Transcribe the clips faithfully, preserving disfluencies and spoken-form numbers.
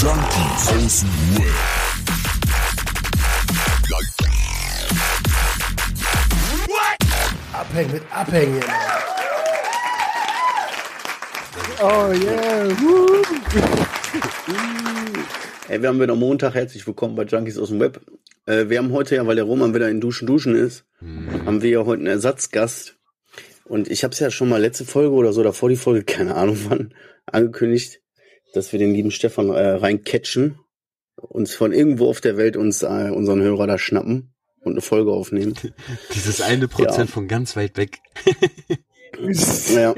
Junkies aus dem Web. Abhängen mit Abhängen. Oh yeah. Woo. Hey, wir haben wieder Montag. Herzlich willkommen bei Junkies aus dem Web. Äh, wir haben heute ja, weil der Roman wieder in Duschen Duschen ist, mhm. haben wir ja heute einen Ersatzgast. Und ich habe es ja schon mal letzte Folge oder so, davor die Folge, keine Ahnung wann, angekündigt, dass wir den lieben Stefan äh, reincatchen, uns von irgendwo auf der Welt uns äh, unseren Hörer da schnappen und eine Folge aufnehmen. Dieses eine Prozent ja. von ganz weit weg. Ja.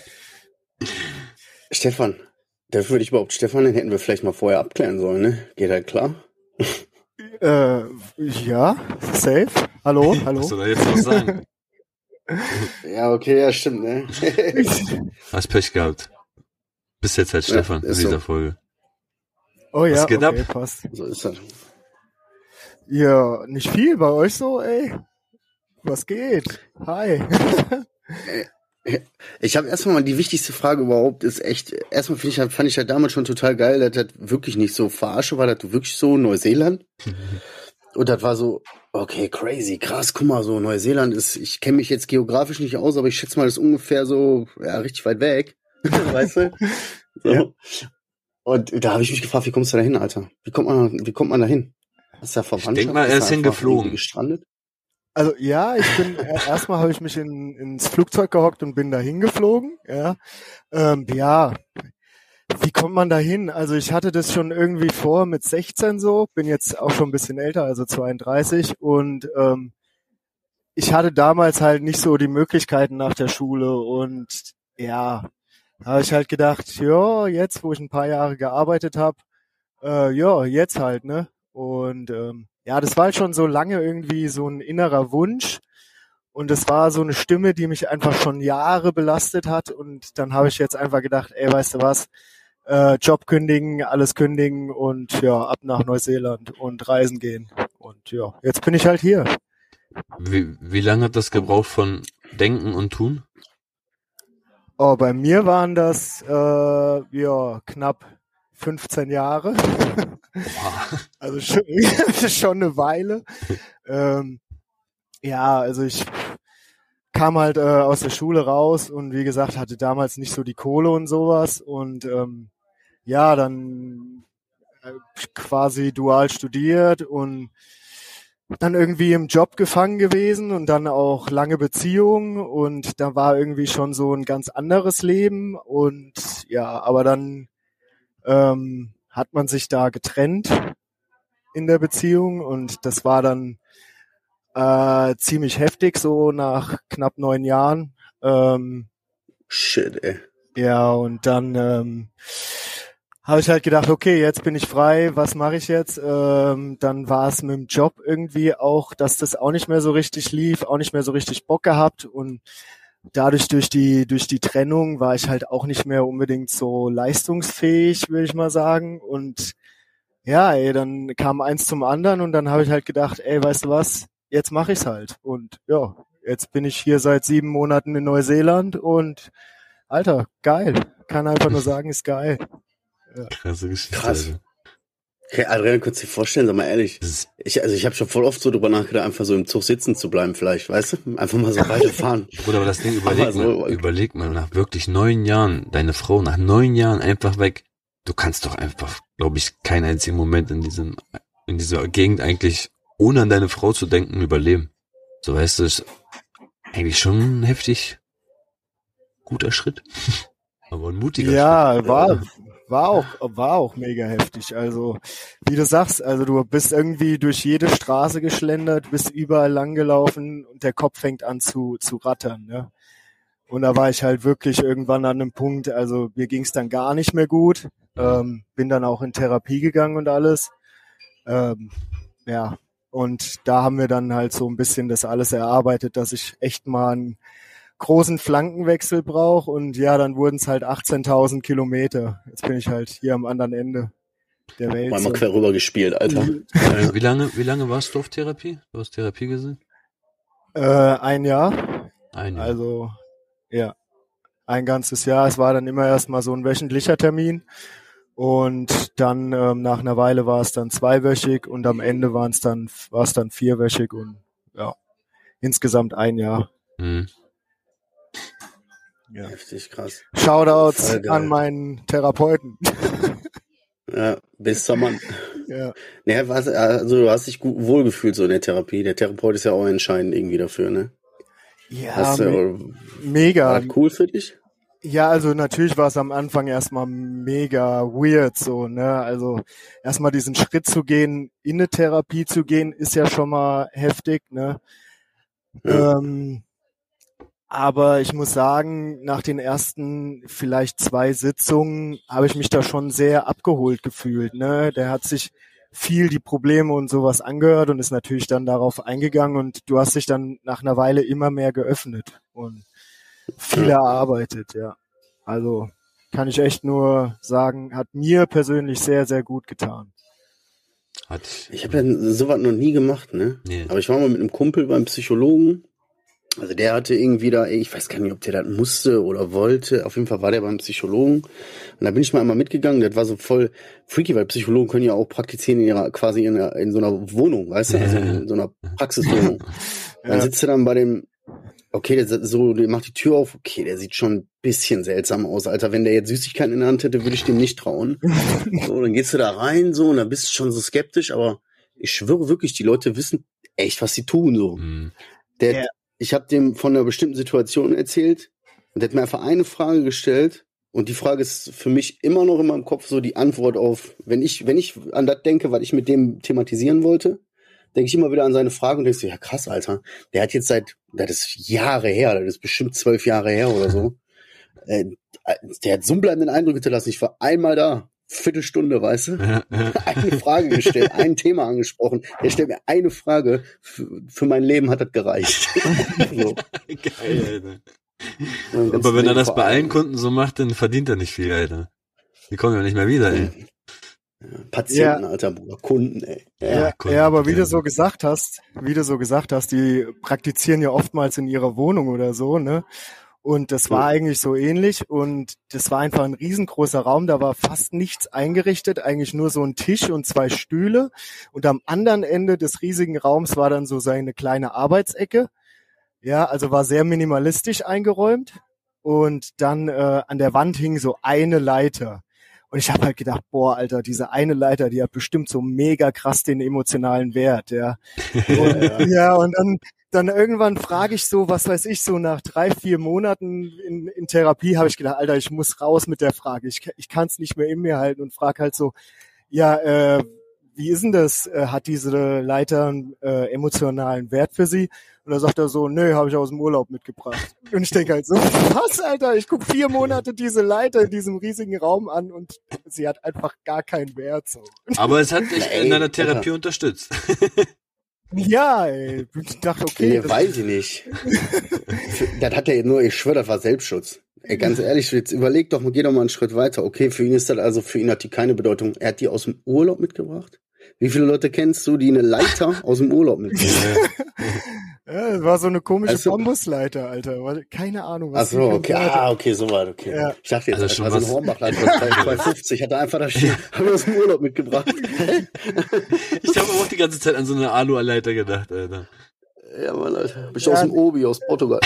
Stefan, dafür würde ich überhaupt Stefan, den hätten wir vielleicht mal vorher abklären sollen, ne? Geht halt klar? Äh, ja, safe. Hallo, hallo. Was soll er jetzt noch sagen? Ja, okay, ja, stimmt, ne? Hast Pech gehabt. Bis jetzt halt Stefan ja, in dieser so. Folge. Oh ja, was geht okay, ab? Passt. So ist das. Ja, nicht viel bei euch so, ey. Was geht? Hi. Ich habe erstmal mal die wichtigste Frage überhaupt ist echt, erstmal finde ich, fand ich ja damals schon total geil, dass das wirklich nicht so verarsche war, das wirklich so Neuseeland. Und das war so, okay, crazy, krass, guck mal, so Neuseeland ist, ich kenne mich jetzt geografisch nicht aus, aber ich schätze mal, das ist ungefähr so, ja, richtig weit weg. Weißt du? So. Ja. Und da habe ich mich gefragt, wie kommst du da hin, Alter? Wie kommt man, wie kommt man da hin? Hast du da Verwandtschaft? Ich denk mal, er ist hingeflogen. Gestrandet? Also ja, ich bin erstmal habe ich mich in, ins Flugzeug gehockt und bin da hingeflogen. Ja, ähm, ja. Wie kommt man da hin? Also ich hatte das schon irgendwie vor mit sechzehn so, bin jetzt auch schon ein bisschen älter, also zweiunddreißig und ähm, ich hatte damals halt nicht so die Möglichkeiten nach der Schule und ja, da habe ich halt gedacht, ja, jetzt, wo ich ein paar Jahre gearbeitet habe, äh, ja, jetzt halt, ne? Und ähm, ja, das war halt schon so lange irgendwie so ein innerer Wunsch und es war so eine Stimme, die mich einfach schon Jahre belastet hat und dann habe ich jetzt einfach gedacht, ey, weißt du was, äh, Job kündigen, alles kündigen und ja, ab nach Neuseeland und reisen gehen und ja, jetzt bin ich halt hier. Wie, wie lange hat das gebraucht von Denken und Tun? Oh, bei mir waren das äh, ja knapp fünfzehn Jahre. Wow. Also schon, schon eine Weile. ähm, ja, also ich kam halt äh, aus der Schule raus und wie gesagt, hatte damals nicht so die Kohle und sowas und ähm, ja, dann äh, quasi dual studiert und dann irgendwie im Job gefangen gewesen und dann auch lange Beziehungen und da war irgendwie schon so ein ganz anderes Leben und ja, aber dann ähm, hat man sich da getrennt in der Beziehung und das war dann äh, ziemlich heftig, so nach knapp neun Jahren. Ähm, Shit, ey. ja, und dann ähm, habe ich halt gedacht, okay, jetzt bin ich frei, was mache ich jetzt? Ähm, dann war es mit dem Job irgendwie auch, dass das auch nicht mehr so richtig lief, auch nicht mehr so richtig Bock gehabt und dadurch durch die durch die Trennung war ich halt auch nicht mehr unbedingt so leistungsfähig, würde ich mal sagen. Und ja, ey, dann kam eins zum anderen und dann habe ich halt gedacht, ey, weißt du was, jetzt mache ich's halt. Und ja, jetzt bin ich hier seit sieben Monaten in Neuseeland und Alter, geil. Kann einfach nur sagen, ist geil. Ja. Krasse Geschichte. Krass. Okay, Adrian, kannst du dir vorstellen, sag mal ehrlich, ich, also ich habe schon voll oft so drüber nachgedacht, einfach so im Zug sitzen zu bleiben vielleicht, weißt du? Einfach mal so weiterfahren. Bruder, aber das Ding, überleg so, mal, überleg mal, nach wirklich neun Jahren, deine Frau nach neun Jahren einfach weg, du kannst doch einfach, glaube ich, keinen einzigen Moment in diesem, in dieser Gegend eigentlich, ohne an deine Frau zu denken, überleben. So, weißt du, ist eigentlich schon ein heftig guter Schritt. Aber ein mutiger ja, Schritt. Ja, war, war auch, war auch mega heftig. Also, wie du sagst, also du bist irgendwie durch jede Straße geschlendert, bist überall lang gelaufen und der Kopf fängt an zu, zu rattern, ne? Und da war ich halt wirklich irgendwann an einem Punkt, also mir ging's dann gar nicht mehr gut. Ähm, bin dann auch in Therapie gegangen und alles. Ähm, ja, und da haben wir dann halt so ein bisschen das alles erarbeitet, dass ich echt mal einen großen Flankenwechsel brauche und ja, dann wurden es halt achtzehntausend Kilometer. Jetzt bin ich halt hier am anderen Ende der Welt. Mal mal quer rüber gespielt, Alter. Äh, wie lange, wie lange warst du auf Therapie? Du hast Therapie gesehen? Äh, ein Jahr. Ein Jahr. Also, ja, ein ganzes Jahr. Es war dann immer erstmal so ein wöchentlicher Termin. Und dann ähm, nach einer Weile war es dann zweiwöchig und am Ende waren es dann war es dann vierwöchig und ja, insgesamt ein Jahr. Mhm. Ja. Heftig, krass. Shoutouts an meinen Therapeuten. Ja, bester Mann. Ja. Naja, was, also du hast dich gut wohlgefühlt so in der Therapie. Der Therapeut ist ja auch entscheidend irgendwie dafür, ne? Ja, hast me- du, mega. War cool für dich? Ja, also natürlich war es am Anfang erstmal mega weird so, ne? Also erstmal diesen Schritt zu gehen, in eine Therapie zu gehen, ist ja schon mal heftig, ne? Ja. Ähm, aber ich muss sagen, nach den ersten vielleicht zwei Sitzungen habe ich mich da schon sehr abgeholt gefühlt, ne? Der hat sich viel die Probleme und sowas angehört und ist natürlich dann darauf eingegangen und du hast dich dann nach einer Weile immer mehr geöffnet und viel Ja. erarbeitet, ja. Also kann ich echt nur sagen, hat mir persönlich sehr, sehr gut getan. Hat, Ich habe ja sowas noch nie gemacht, ne? Nee. Aber ich war mal mit einem Kumpel beim Psychologen. Also der hatte irgendwie da, ich weiß gar nicht, ob der das musste oder wollte. Auf jeden Fall war der beim Psychologen. Und da bin ich mal einmal mitgegangen. Das war so voll freaky, weil Psychologen können ja auch praktizieren in ihrer, quasi in, einer, in so einer Wohnung, weißt du? Also in so einer Praxiswohnung. Dann Ja. sitzt du dann bei dem, okay, der so, der macht die Tür auf, okay, der sieht schon ein bisschen seltsam aus, Alter. Wenn der jetzt Süßigkeiten in der Hand hätte, würde ich dem nicht trauen. So, dann gehst du da rein, so, und dann bist du schon so skeptisch, aber ich schwöre wirklich, die Leute wissen echt, was sie tun, so. Mhm. Der, Ja. Ich habe dem von einer bestimmten Situation erzählt und der hat mir einfach eine Frage gestellt und die Frage ist für mich immer noch in meinem Kopf so die Antwort auf, wenn ich, wenn ich an das denke, was ich mit dem thematisieren wollte, denke ich immer wieder an seine Frage und denke so, ja krass, Alter, der hat jetzt seit, das ist Jahre her, das ist bestimmt zwölf Jahre her oder so, äh, der hat so einen bleibenden Eindruck hinterlassen, ich war einmal da, Viertelstunde, weißt du, Ja, ja. eine Frage gestellt, ein Thema angesprochen, der stellt mir eine Frage, für, für mein Leben hat das gereicht. So. Geil, Alter. Und ganz Aber wenn er das vor bei allen allem Kunden so macht, dann verdient er nicht viel, Alter. Die kommen ja nicht mehr wieder, ey. Patienten, alter Bruder, Kunden, ey. Ja, Kunden, ja, aber wie ja. du so gesagt hast, wie du so gesagt hast, die praktizieren ja oftmals in ihrer Wohnung oder so, ne? Und das war eigentlich so ähnlich und das war einfach ein riesengroßer Raum, da war fast nichts eingerichtet, eigentlich nur so ein Tisch und zwei Stühle und am anderen Ende des riesigen Raums war dann so seine kleine Arbeitsecke. Ja, also war sehr minimalistisch eingeräumt und dann äh, an der Wand hing so eine Leiter. Und ich habe halt gedacht, boah, Alter, diese eine Leiter, die hat bestimmt so mega krass den emotionalen Wert, ja. Und, ja, und dann dann irgendwann frage ich so, was weiß ich, so nach drei, vier Monaten in, in Therapie habe ich gedacht, Alter, ich muss raus mit der Frage. Ich, ich kann es nicht mehr in mir halten und frage halt so, ja, äh, wie ist denn das? Äh, hat diese Leiter einen äh, emotionalen Wert für Sie? Und dann sagt er so, nö, habe ich aus dem Urlaub mitgebracht. Und ich denke halt so, was, Alter? Ich guck vier Monate diese Leiter in diesem riesigen Raum an und sie hat einfach gar keinen Wert. So. Aber es hat dich Ey, in deiner Therapie Alter. unterstützt. Ja, ey. Ich dachte, okay. Nee, das- weiß ich nicht. Das hat er nur, ich schwöre, das war Selbstschutz. Ey, ganz ehrlich, jetzt überleg doch mal, geh doch mal einen Schritt weiter. Okay, für ihn ist das also, für ihn hat die keine Bedeutung. Er hat die aus dem Urlaub mitgebracht? Wie viele Leute kennst du, die eine Leiter aus dem Urlaub mitbringen? Ja, das war so eine komische Also- Bambusleiter, Alter. War- Keine Ahnung, Ach was so, die für okay, einen Wert hat. ah, okay, so weit, okay. Ja. Ich dachte jetzt, Also das schon war so ein was- Hornbachleiter, zwei fünfzig, hat er einfach da stehen, haben wir aus dem Urlaub mitgebracht. Ich habe auch die ganze Zeit an so eine Alu-Leiter gedacht, Alter. Ja, Mann, Alter. Bist Ja, aus dem Obi, aus Portugal.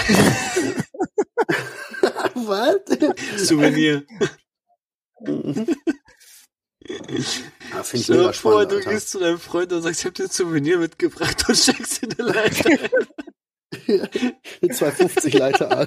Was? Souvenir. Ah, find ich Stell dir mega vor, spannend, du Alter. gehst zu deinem Freund und sagst, ich hab dir ein Souvenir mitgebracht und schenkst dir eine Leiter. Mit zwei fünfzig Leiter an.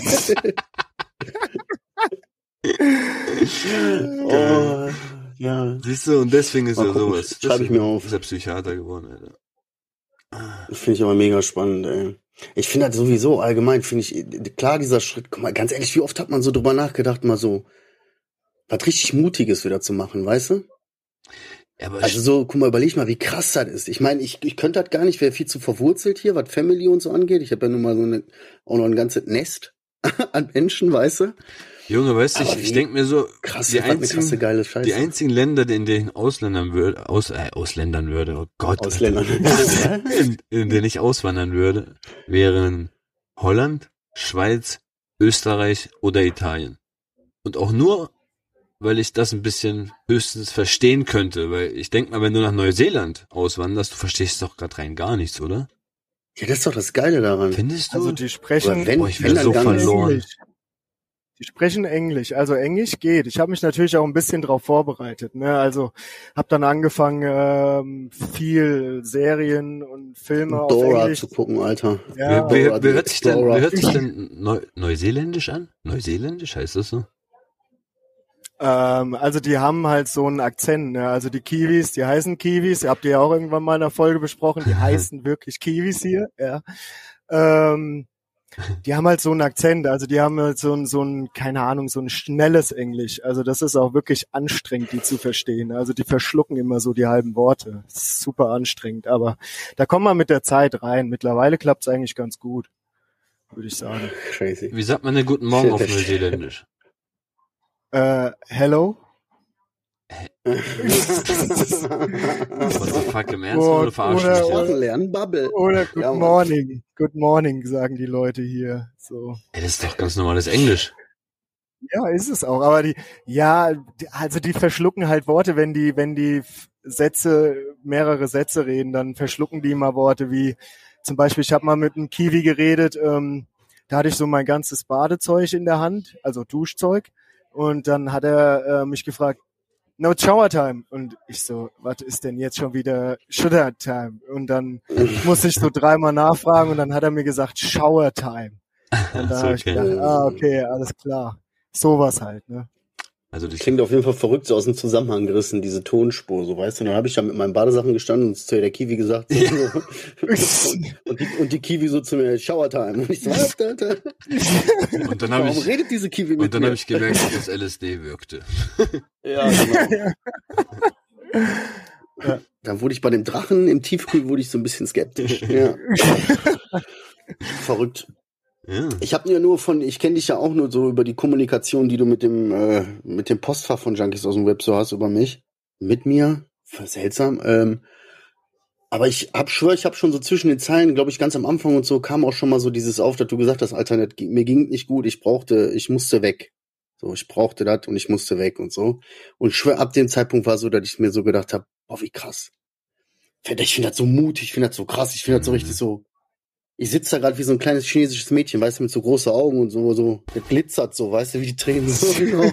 Oh, ja. Siehst du, und deswegen ist Mal er gucken, sowas. schreib ich mir auf. Ist er Psychiater geworden, Alter. Das finde ich aber mega spannend, ey. Ich finde das sowieso allgemein, finde ich, klar, dieser Schritt, guck mal, ganz ehrlich, wie oft hat man so drüber nachgedacht, mal so, was richtig Mutiges wieder zu machen, weißt du? Ja, aber Also so, guck mal, überleg mal, wie krass das ist. Ich meine, ich, ich könnte das gar nicht, wäre viel zu verwurzelt hier, was Family und so angeht. Ich habe ja nun mal so eine, auch noch ein ganzes Nest an Menschen, weißt du? Junge, weißt du, ich, Aber ich wie denke mir so, Krass, die was eine krasse, einzigen, geile Scheiße. die einzigen Länder, in denen ich Ausländern würde, aus, äh, Ausländern würde, oh Gott. Ausländer. in, in denen ich auswandern würde, wären Holland, Schweiz, Österreich oder Italien. Und auch nur weil ich das ein bisschen höchstens verstehen könnte, weil ich denke mal, wenn du nach Neuseeland auswanderst, du verstehst doch gerade rein gar nichts, oder? Ja, das ist doch das Geile daran. Findest du? Also die sprechen, wenn, Boah, ich werde wenn so dann gar nicht verloren. Englisch. Die sprechen Englisch, also Englisch geht. Ich habe mich natürlich auch ein bisschen drauf vorbereitet. Ne? Also habe dann angefangen, ähm, viel Serien und Filme auf Dora Englisch. zu gucken, Alter. Ja, Wie, Dora wie, wie the hört sich denn, Explorer. wie hört sich denn Neu Neuseeländisch an? Neuseeländisch heißt das so? ähm, also die haben halt so einen Akzent. Ne? Also die Kiwis, die heißen Kiwis. Ihr habt ihr ja auch irgendwann mal in einer Folge besprochen. Die heißen wirklich Kiwis hier. Ja. Ähm, Die haben halt so einen Akzent, also die haben halt so ein, so ein, keine Ahnung, so ein schnelles Englisch. Also das ist auch wirklich anstrengend, die zu verstehen. Also die verschlucken immer so die halben Worte. Das ist super anstrengend, aber da kommt man mit der Zeit rein. Mittlerweile klappt es eigentlich ganz gut, würde ich sagen. Crazy. Wie sagt man denn guten Morgen auf Shit. Neuseeländisch? Äh, hello? What the fuck, im Ernst Oh, oder verarschen oder- mich Sprachen jetzt? lernen, Bubble. Oder good Ja, Mann. morning. Good morning, sagen die Leute hier. So. Ey, das ist doch ganz normales Englisch. Ja, ist es auch. Aber die, ja, die- also die verschlucken halt Worte, wenn die, wenn die Sätze, mehrere Sätze reden, dann verschlucken die immer Worte wie, zum Beispiel, ich habe mal mit einem Kiwi geredet, ähm, da hatte ich so mein ganzes Badezeug in der Hand, also Duschzeug, und dann hat er äh, mich gefragt, no shower time. Und ich so, was ist denn jetzt schon wieder shower time? Und dann musste ich so dreimal nachfragen und dann hat er mir gesagt, shower time. Und da So, habe ich okay. gedacht, ah, okay, alles klar. Sowas halt, ne? Also die Klingt auf jeden Fall verrückt, so aus dem Zusammenhang gerissen, diese Tonspur, so weißt du. Und dann habe ich da mit meinen Badesachen gestanden und zu der Kiwi gesagt, so, und, die, und die Kiwi so zu mir, Showertime. Und ich so, was, Alter? Und dann habe Warum ich, redet diese Kiwi mit und dann mir? habe ich gemerkt, dass L S D wirkte. Ja, genau. Dann wurde ich bei dem Drachen im Tiefkühl wurde ich so ein bisschen skeptisch. Ja. Verrückt. Ja. Ich habe ja nur von, ich kenne dich ja auch nur so über die Kommunikation, die du mit dem äh, mit dem Postfach von Junkies aus dem Web so hast über mich, mit mir. Voll seltsam. Ähm, aber ich hab schwör, ich habe schon so zwischen den Zeilen, glaube ich, ganz am Anfang und so kam auch schon mal so dieses auf, dass du gesagt hast, Alter, das, ging- mir ging nicht gut, ich brauchte, ich musste weg. So, ich brauchte das und ich musste weg und so. Und ich schwör, ab dem Zeitpunkt war so, dass ich mir so gedacht habe, boah, wie krass. Ich finde das so mutig, ich finde das so krass, ich finde das so Mhm. richtig so. Ich sitze da gerade wie so ein kleines chinesisches Mädchen, weißt du, mit so großen Augen und so, so, das glitzert so, weißt du, wie die Tränen so.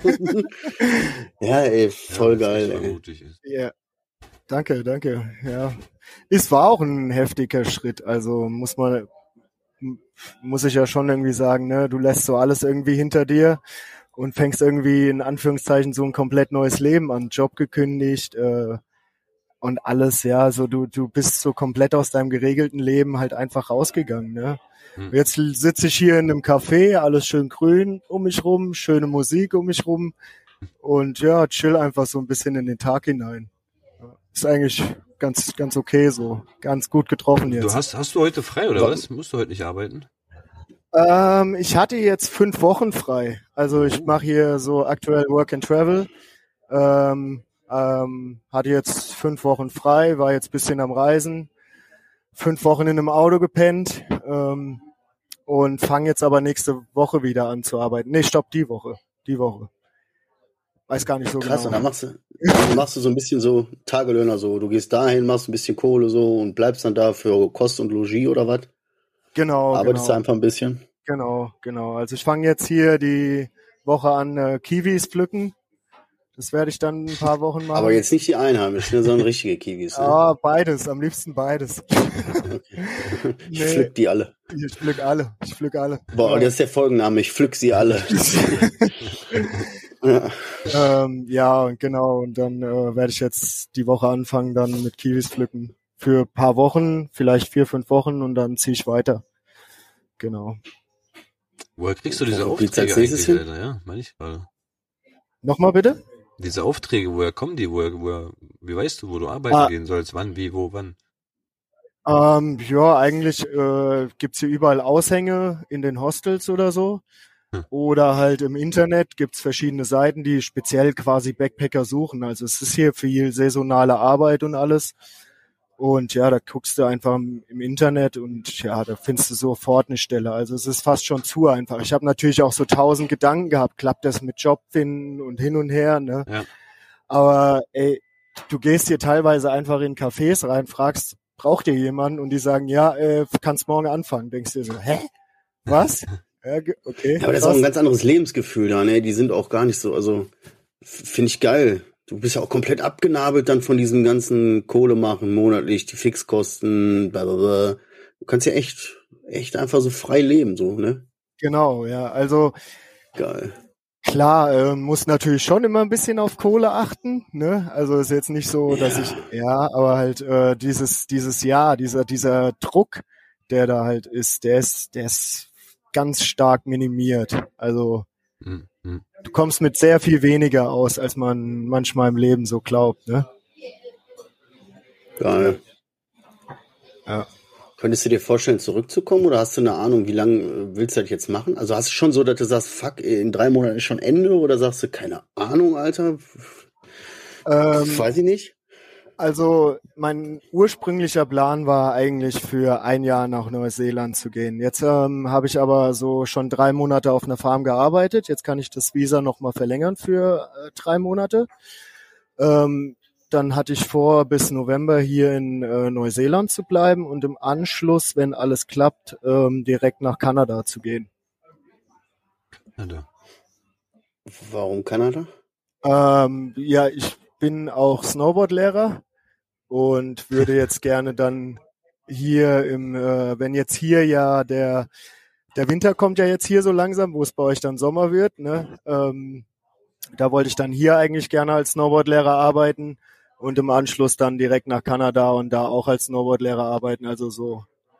Ja, ey, voll Ja, geil, was echt ey. mutig ist. Ja. Danke, danke. Ja. Es war auch ein heftiger Schritt. Also muss man, m- muss ich ja schon irgendwie sagen, ne, du lässt so alles irgendwie hinter dir und fängst irgendwie in Anführungszeichen so ein komplett neues Leben an, Job gekündigt, äh, und alles, ja, so du, du bist so komplett aus deinem geregelten Leben halt einfach rausgegangen, ne. Hm. Jetzt sitze ich hier in einem Café, alles schön grün um mich rum, schöne Musik um mich rum und ja, chill einfach so ein bisschen in den Tag hinein. Ist eigentlich ganz, ganz okay so. Ganz gut getroffen Du jetzt. hast, hast du heute frei oder Wa- was? Musst du heute nicht arbeiten? Ähm, ich hatte jetzt fünf Wochen frei. Also ich mache hier so aktuell Work and Travel. Ähm, ähm, hatte jetzt fünf Wochen frei, war jetzt bisschen am Reisen. Fünf Wochen in einem Auto gepennt. Ähm, und fange jetzt aber nächste Woche wieder an zu arbeiten. Nee, stopp, die Woche. Die Woche. Weiß gar nicht so Krass, und genau. dann machst du, dann machst du so ein bisschen so Tagelöhner so. Du gehst dahin, machst ein bisschen Kohle so und bleibst dann da für Kost und Logis oder was? Genau, Arbeitest du genau. einfach ein bisschen? Genau, genau. Also ich fange jetzt hier die Woche an äh, Kiwis pflücken. Das werde ich dann ein paar Wochen machen. Aber jetzt nicht die Einheimischen, sondern richtige Kiwis. Ne? Ah, beides, am liebsten beides. Ich Nee. pflück die alle. Ich pflück alle, ich pflück alle. Boah, Ja. das ist der Folgenname. Ich pflück sie alle. Ja. ähm, ja, und genau. Und dann äh, werde ich jetzt die Woche anfangen, dann mit Kiwis pflücken. Für ein paar Wochen, vielleicht vier, fünf Wochen und dann ziehe ich weiter. Genau. Woher kriegst du diese Wo geht's Aufträge als nächstes eigentlich, hin? Alter? Ja, meine ich gerade. Nochmal bitte? Diese Aufträge, woher kommen die? Woher, woher, wie weißt du, wo du arbeiten Ah. gehen sollst? Wann, wie, wo, wann? Ähm, ja, eigentlich äh, gibt's hier überall Aushänge in den Hostels oder so. Hm. Oder halt im Internet gibt's verschiedene Seiten, die speziell quasi Backpacker suchen. Also es ist hier viel saisonale Arbeit und alles. Und ja, da guckst du einfach im, im Internet und ja, da findest du sofort eine Stelle. Also es ist fast schon zu einfach. Ich habe natürlich auch so tausend Gedanken gehabt, klappt das mit Job finden und hin und her, ne? Ja. Aber ey, du gehst hier teilweise einfach in Cafés rein, fragst, braucht ihr jemanden? Und die sagen, ja, äh, kannst morgen anfangen. Denkst du dir so, hä? Was? Ja, okay. Ja, aber das ist auch ein ganz anderes Lebensgefühl da, ne? Die sind auch gar nicht so, also finde ich geil. Du bist ja auch komplett abgenabelt dann von diesem ganzen Kohle machen, monatlich, die Fixkosten, bla bla bla. Du kannst ja echt, echt einfach so frei leben, so, ne? Genau, ja. Also geil. Klar, äh, muss natürlich schon immer ein bisschen auf Kohle achten, ne? Also ist jetzt nicht so, dass Ja. ich, ja, aber halt äh, dieses dieses Jahr, dieser dieser Druck, der da halt ist, der ist der ist ganz stark minimiert. Also Mhm. Mhm. du kommst mit sehr viel weniger aus, als man manchmal im Leben so glaubt, ne? Geil. Ja. Könntest du dir vorstellen, zurückzukommen oder hast du eine Ahnung, wie lange willst du das jetzt machen? Also hast du schon so, dass du sagst, fuck, in drei Monaten ist schon Ende oder sagst du, keine Ahnung, Alter? Ähm, Weiß ich nicht. Also mein ursprünglicher Plan war eigentlich für ein Jahr nach Neuseeland zu gehen. Jetzt ähm, habe ich aber so schon drei Monate auf einer Farm gearbeitet. Jetzt kann ich das Visa nochmal verlängern für äh, drei Monate. Ähm, dann hatte ich vor, bis November hier in äh, Neuseeland zu bleiben und im Anschluss, wenn alles klappt, ähm, direkt nach Kanada zu gehen. Kanada. Warum Kanada? Ähm, ja, ich bin auch Snowboardlehrer und würde jetzt gerne dann hier im, äh, wenn jetzt hier ja der der Winter kommt ja jetzt hier so langsam, wo es bei euch dann Sommer wird, ne? Ähm, da wollte ich dann hier eigentlich gerne als Snowboardlehrer arbeiten und im Anschluss dann direkt nach Kanada und da auch als Snowboardlehrer arbeiten, also so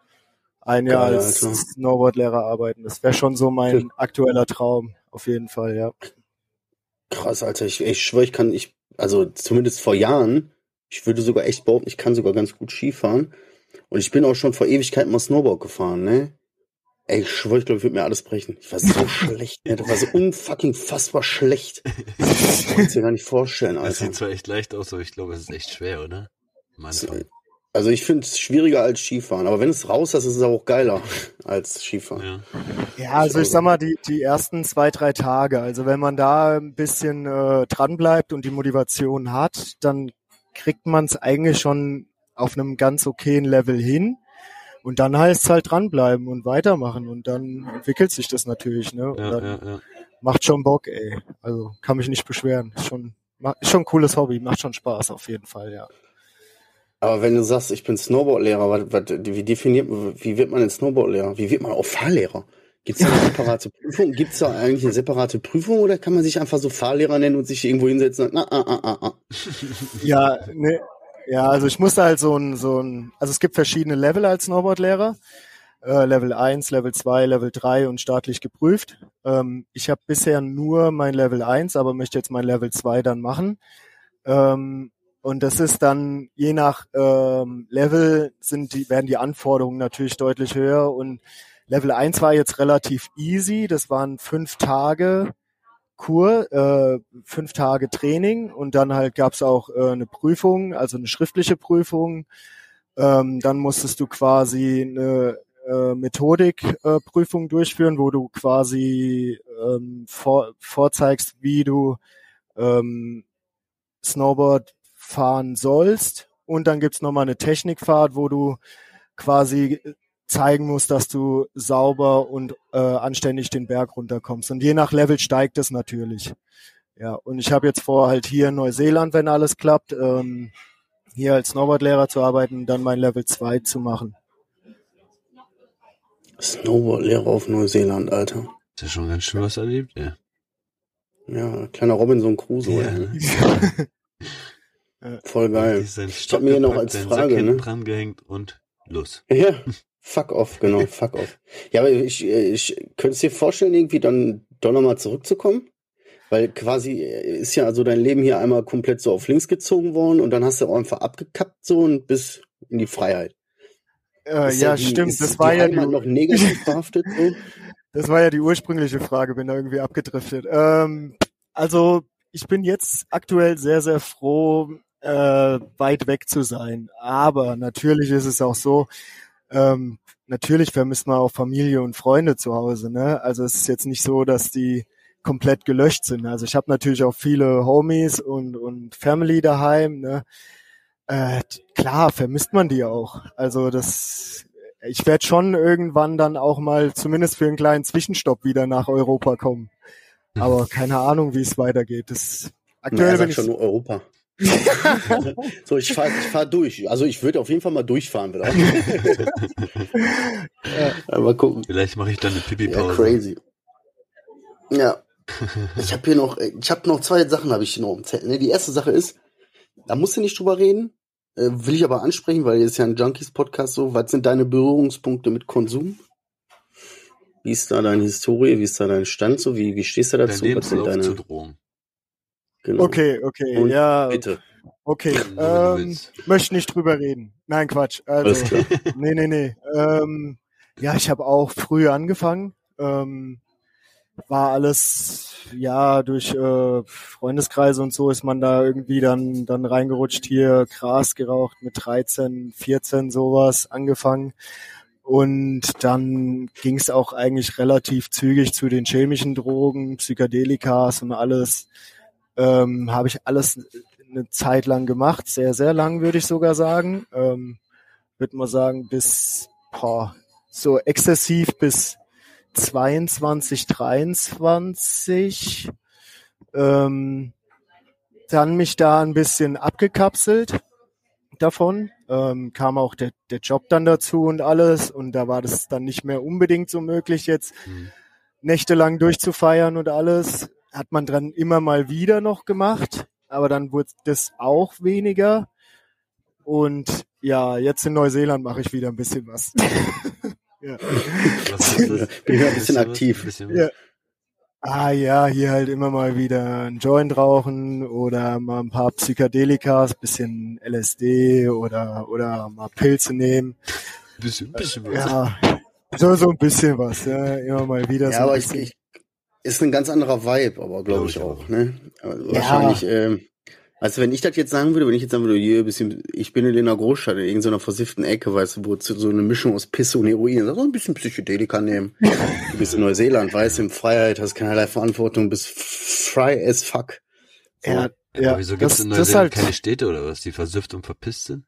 ein Jahr Geil, als Alter. Snowboardlehrer arbeiten. Das wäre schon so mein aktueller Traum, auf jeden Fall, ja. Krass, Alter. Ich, ich schwöre, ich kann, ich, also zumindest vor Jahren, ich würde sogar echt behaupten, ich kann sogar ganz gut Skifahren. Und ich bin auch schon vor Ewigkeiten mal Snowboard gefahren, ne? Ey, ich schwöre, ich glaube, ich würde mir alles brechen. Ich war so schlecht, ne? Das war so unfucking fassbar schlecht. Das kannst du dir gar nicht vorstellen, Das Alter. sieht zwar echt leicht aus, aber ich glaube, es ist echt schwer, oder? Am Anfang. Also ich finde es schwieriger als Skifahren. Aber wenn es raus ist, ist es auch geiler als Skifahren. Ja. Ja, also ich sag mal, die, die ersten zwei, drei Tage, also wenn man da ein bisschen äh, dran bleibt und die Motivation hat, dann kriegt man es eigentlich schon auf einem ganz okayen Level hin. Und dann heißt es halt dranbleiben und weitermachen und dann entwickelt sich das natürlich, ne? Und Ja, dann ja, ja. macht schon Bock, ey. Also kann mich nicht beschweren. Ist schon, ist schon ein cooles Hobby, macht schon Spaß auf jeden Fall, ja. Aber wenn du sagst, ich bin Snowboardlehrer, was, was, wie definiert, wie wird man denn Snowboardlehrer? Wie wird man auch Fahrlehrer? Gibt es da eine separate Prüfung? Gibt es da eigentlich eine separate Prüfung oder kann man sich einfach so Fahrlehrer nennen und sich irgendwo hinsetzen und na, ah, ah, ah, ah. Ja, ne, ja, also ich musste halt so ein, so ein, also es gibt verschiedene Level als Snowboardlehrer. Äh, Level eins, Level zwei, Level drei und staatlich geprüft. Ähm, ich habe bisher nur mein Level eins, aber möchte jetzt mein Level zwei dann machen. Ähm, und das ist dann, je nach ähm, Level sind die, werden die Anforderungen natürlich deutlich höher und Level eins war jetzt relativ easy. Das waren fünf Tage Kur, äh, fünf Tage Training und dann halt gab's auch äh, eine Prüfung, also eine schriftliche Prüfung. Ähm, dann musstest du quasi eine äh, Methodikprüfung äh, durchführen, wo du quasi ähm, vor, vorzeigst, wie du ähm, Snowboard fahren sollst. Und dann gibt's nochmal eine Technikfahrt, wo du quasi zeigen musst, dass du sauber und äh, anständig den Berg runterkommst. Und je nach Level steigt es natürlich. Ja, und ich habe jetzt vor, halt hier in Neuseeland, wenn alles klappt, ähm, hier als Snowboardlehrer zu arbeiten und dann mein Level zwei zu machen. Snowboardlehrer auf Neuseeland, Alter. Ist ja schon ganz schön was erlebt, ja. Ja, kleiner Robinson Crusoe. Ja, ey. ne? Voll geil. Die seinen Ich Stock hab mir hier noch gepackt, als seinen Frage, Sack hinten ne? dran gehängt und los. Ja, fuck off, genau, fuck off. Ja, aber ich, ich könnte dir vorstellen, irgendwie dann doch nochmal zurückzukommen? Weil quasi ist ja also dein Leben hier einmal komplett so auf links gezogen worden und dann hast du auch einfach abgekappt so und bis in die Freiheit. Äh, Ist ja, die, stimmt. Ist Das die war ja Heimat die, noch negativ behaftet? So? das war ja die ursprüngliche Frage, bin da irgendwie abgedriftet. Ähm, also ich bin jetzt aktuell sehr, sehr froh, äh, weit weg zu sein. Aber natürlich ist es auch so, ähm, natürlich vermisst man auch Familie und Freunde zu Hause, ne? Also es ist jetzt nicht so, dass die komplett gelöscht sind. Also ich habe natürlich auch viele Homies und und Family daheim, ne? Äh, klar vermisst man die auch. Also das, ich werde schon irgendwann dann auch mal zumindest für einen kleinen Zwischenstopp wieder nach Europa kommen. Aber keine Ahnung, wie es weitergeht. Das aktuell Na, er bin sagt ich schon nur Europa. So, ich fahr, ich fahr durch. Also ich würde auf jeden Fall mal durchfahren wieder. Ja, mal gucken. Vielleicht mache ich dann eine Pipi-Pause. Ja, crazy. Ja. Ich habe hier noch, ich habe noch zwei Sachen, habe ich hier noch im Zettel. Ne? Die erste Sache ist, da musst du nicht drüber reden, äh, will ich aber ansprechen, weil jetzt ja ein Junkies-Podcast so. Was sind deine Berührungspunkte mit Konsum? Wie ist da deine Historie? Wie ist da dein Stand so? Wie, wie stehst du dazu? Dein Was sind Lebenslauf deine... zu Drogen. Genau. Okay, okay, Und ja. bitte. Okay, Nur wenn du ähm, willst. möchte nicht drüber reden. Nein, Quatsch. Also, Alles klar. nee, nee, nee. Ähm, ja, ich habe auch früh angefangen. Ähm, war alles, ja, durch äh, Freundeskreise und so ist man da irgendwie dann dann reingerutscht. Hier Gras geraucht mit dreizehn, vierzehn sowas angefangen. Und dann ging es auch eigentlich relativ zügig zu den chemischen Drogen, Psychedelikas und alles. Ähm, habe ich alles eine Zeit lang gemacht, sehr, sehr lang würde ich sogar sagen. Ähm, würde mal sagen, bis boah, so exzessiv bis zweiundzwanzig, dreiundzwanzig. Ähm, dann mich da ein bisschen abgekapselt davon. Ähm, kam auch der, der Job dann dazu und alles. Und da war das dann nicht mehr unbedingt so möglich, jetzt Hm. nächtelang durchzufeiern und alles. Hat man dann immer mal wieder noch gemacht. Aber dann wurde das auch weniger. Und ja, jetzt in Neuseeland mache ich wieder ein bisschen was. Ja. Was ist das? Bin ja ein bisschen was, aktiv. ein bisschen was. Ja. Ah ja, hier halt immer mal wieder ein Joint rauchen oder mal ein paar Psychedelikas, bisschen L S D oder oder mal Pilze nehmen. Bisschen, bisschen was. Ja, so so ein bisschen was, ja, immer mal wieder Ja, so aber ein ich, bisschen. ich, ist ein ganz anderer Vibe, aber glaube Glaub ich ich auch, auch. ne? Aber Ja. wahrscheinlich, ähm, also wenn ich das jetzt sagen würde, wenn ich jetzt sagen würde, hier, bisschen, ich bin in einer Großstadt, in irgendeiner versifften Ecke, weißt du, wo so so eine Mischung aus Pisse und Heroin, so ein bisschen Psychedelika nehmen. Du bist in Neuseeland, weißt du, in Freiheit, hast keinerlei Verantwortung, bist frei as fuck. So. Ja, Ja, ja, aber wieso gibt es das, in das Neuseeland halt. keine Städte oder was, die versüfft und verpisst sind?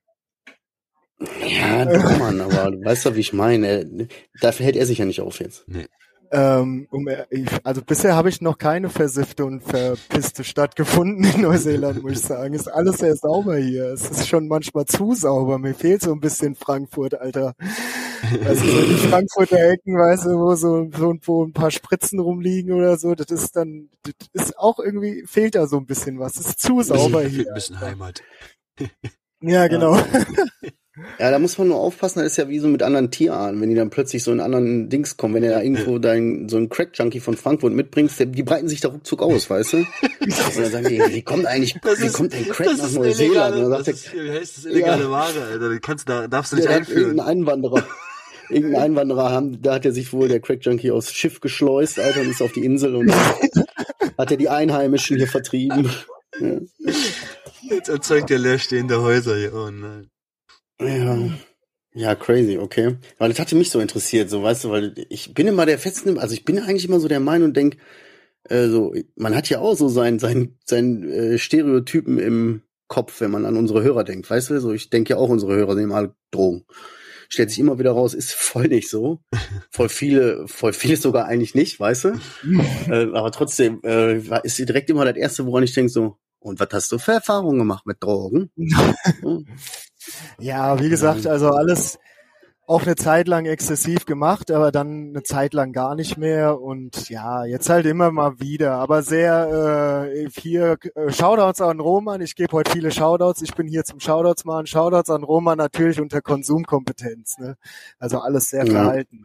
Ja, doch, Mann, aber du weißt doch, wie ich meine. Dafür hält er sich ja nicht auf jetzt. Nee. Ähm, um, ich, also bisher habe ich noch keine versiffte und verpisste Stadt gefunden in Neuseeland, muss ich sagen. Ist alles sehr sauber hier. Es ist schon manchmal zu sauber. Mir fehlt so ein bisschen Frankfurt, Alter. Also so die Frankfurter Ecken, weißt du, wo so, so wo ein paar Spritzen rumliegen oder so, das ist dann, das ist auch irgendwie, fehlt da so ein bisschen was. Es ist zu sauber Fehlt hier. ein bisschen Heimat. Ja, genau. Ja, da muss man nur aufpassen, das ist ja wie so mit anderen Tierarten, wenn die dann plötzlich so in anderen Dings kommen, wenn du da irgendwo dein, so einen Crack-Junkie von Frankfurt mitbringst, der, die breiten sich da ruckzuck aus, weißt du? Und dann sagen die, wie kommt eigentlich, Das wie ist- kommt ein Crack Das nach ist Neuseeland? Und illegale, dann das sagt ist, wie heißt das, illegale Ware, Alter. Die kannst du da, darfst du der, nicht der hat einführen. irgendein Einwanderer, irgendein Einwanderer, haben, da hat er sich wohl der Crack-Junkie aufs Schiff geschleust, Alter, und ist auf die Insel und hat er die Einheimischen hier vertrieben. Ja. Jetzt erzeugt der leerstehende Häuser hier, oh nein. Ja. Ja, crazy, okay. Weil das hatte mich so interessiert, so, weißt du, weil ich bin immer der festen, also ich bin eigentlich immer so der Meinung und denk, äh, so, man hat ja auch so sein, sein, sein äh, Stereotypen im Kopf, wenn man an unsere Hörer denkt, weißt du, so, ich denke ja auch, unsere Hörer nehmen alle Drogen. Stellt sich immer wieder raus, ist voll nicht so. Voll viele, voll vieles sogar eigentlich nicht, weißt du? äh, aber trotzdem, äh, ist sie direkt immer das Erste, woran ich denke, so, und was hast du für Erfahrungen gemacht mit Drogen? Hm? Ja, wie gesagt, also alles auch eine Zeit lang exzessiv gemacht, aber dann eine Zeit lang gar nicht mehr und ja, jetzt halt immer mal wieder, aber sehr äh, hier äh, Shoutouts an Roman, ich gebe heute viele Shoutouts, ich bin hier zum Shoutouts machen, Shoutouts an Roman natürlich unter Konsumkompetenz, ne? Also alles sehr Ja. verhalten.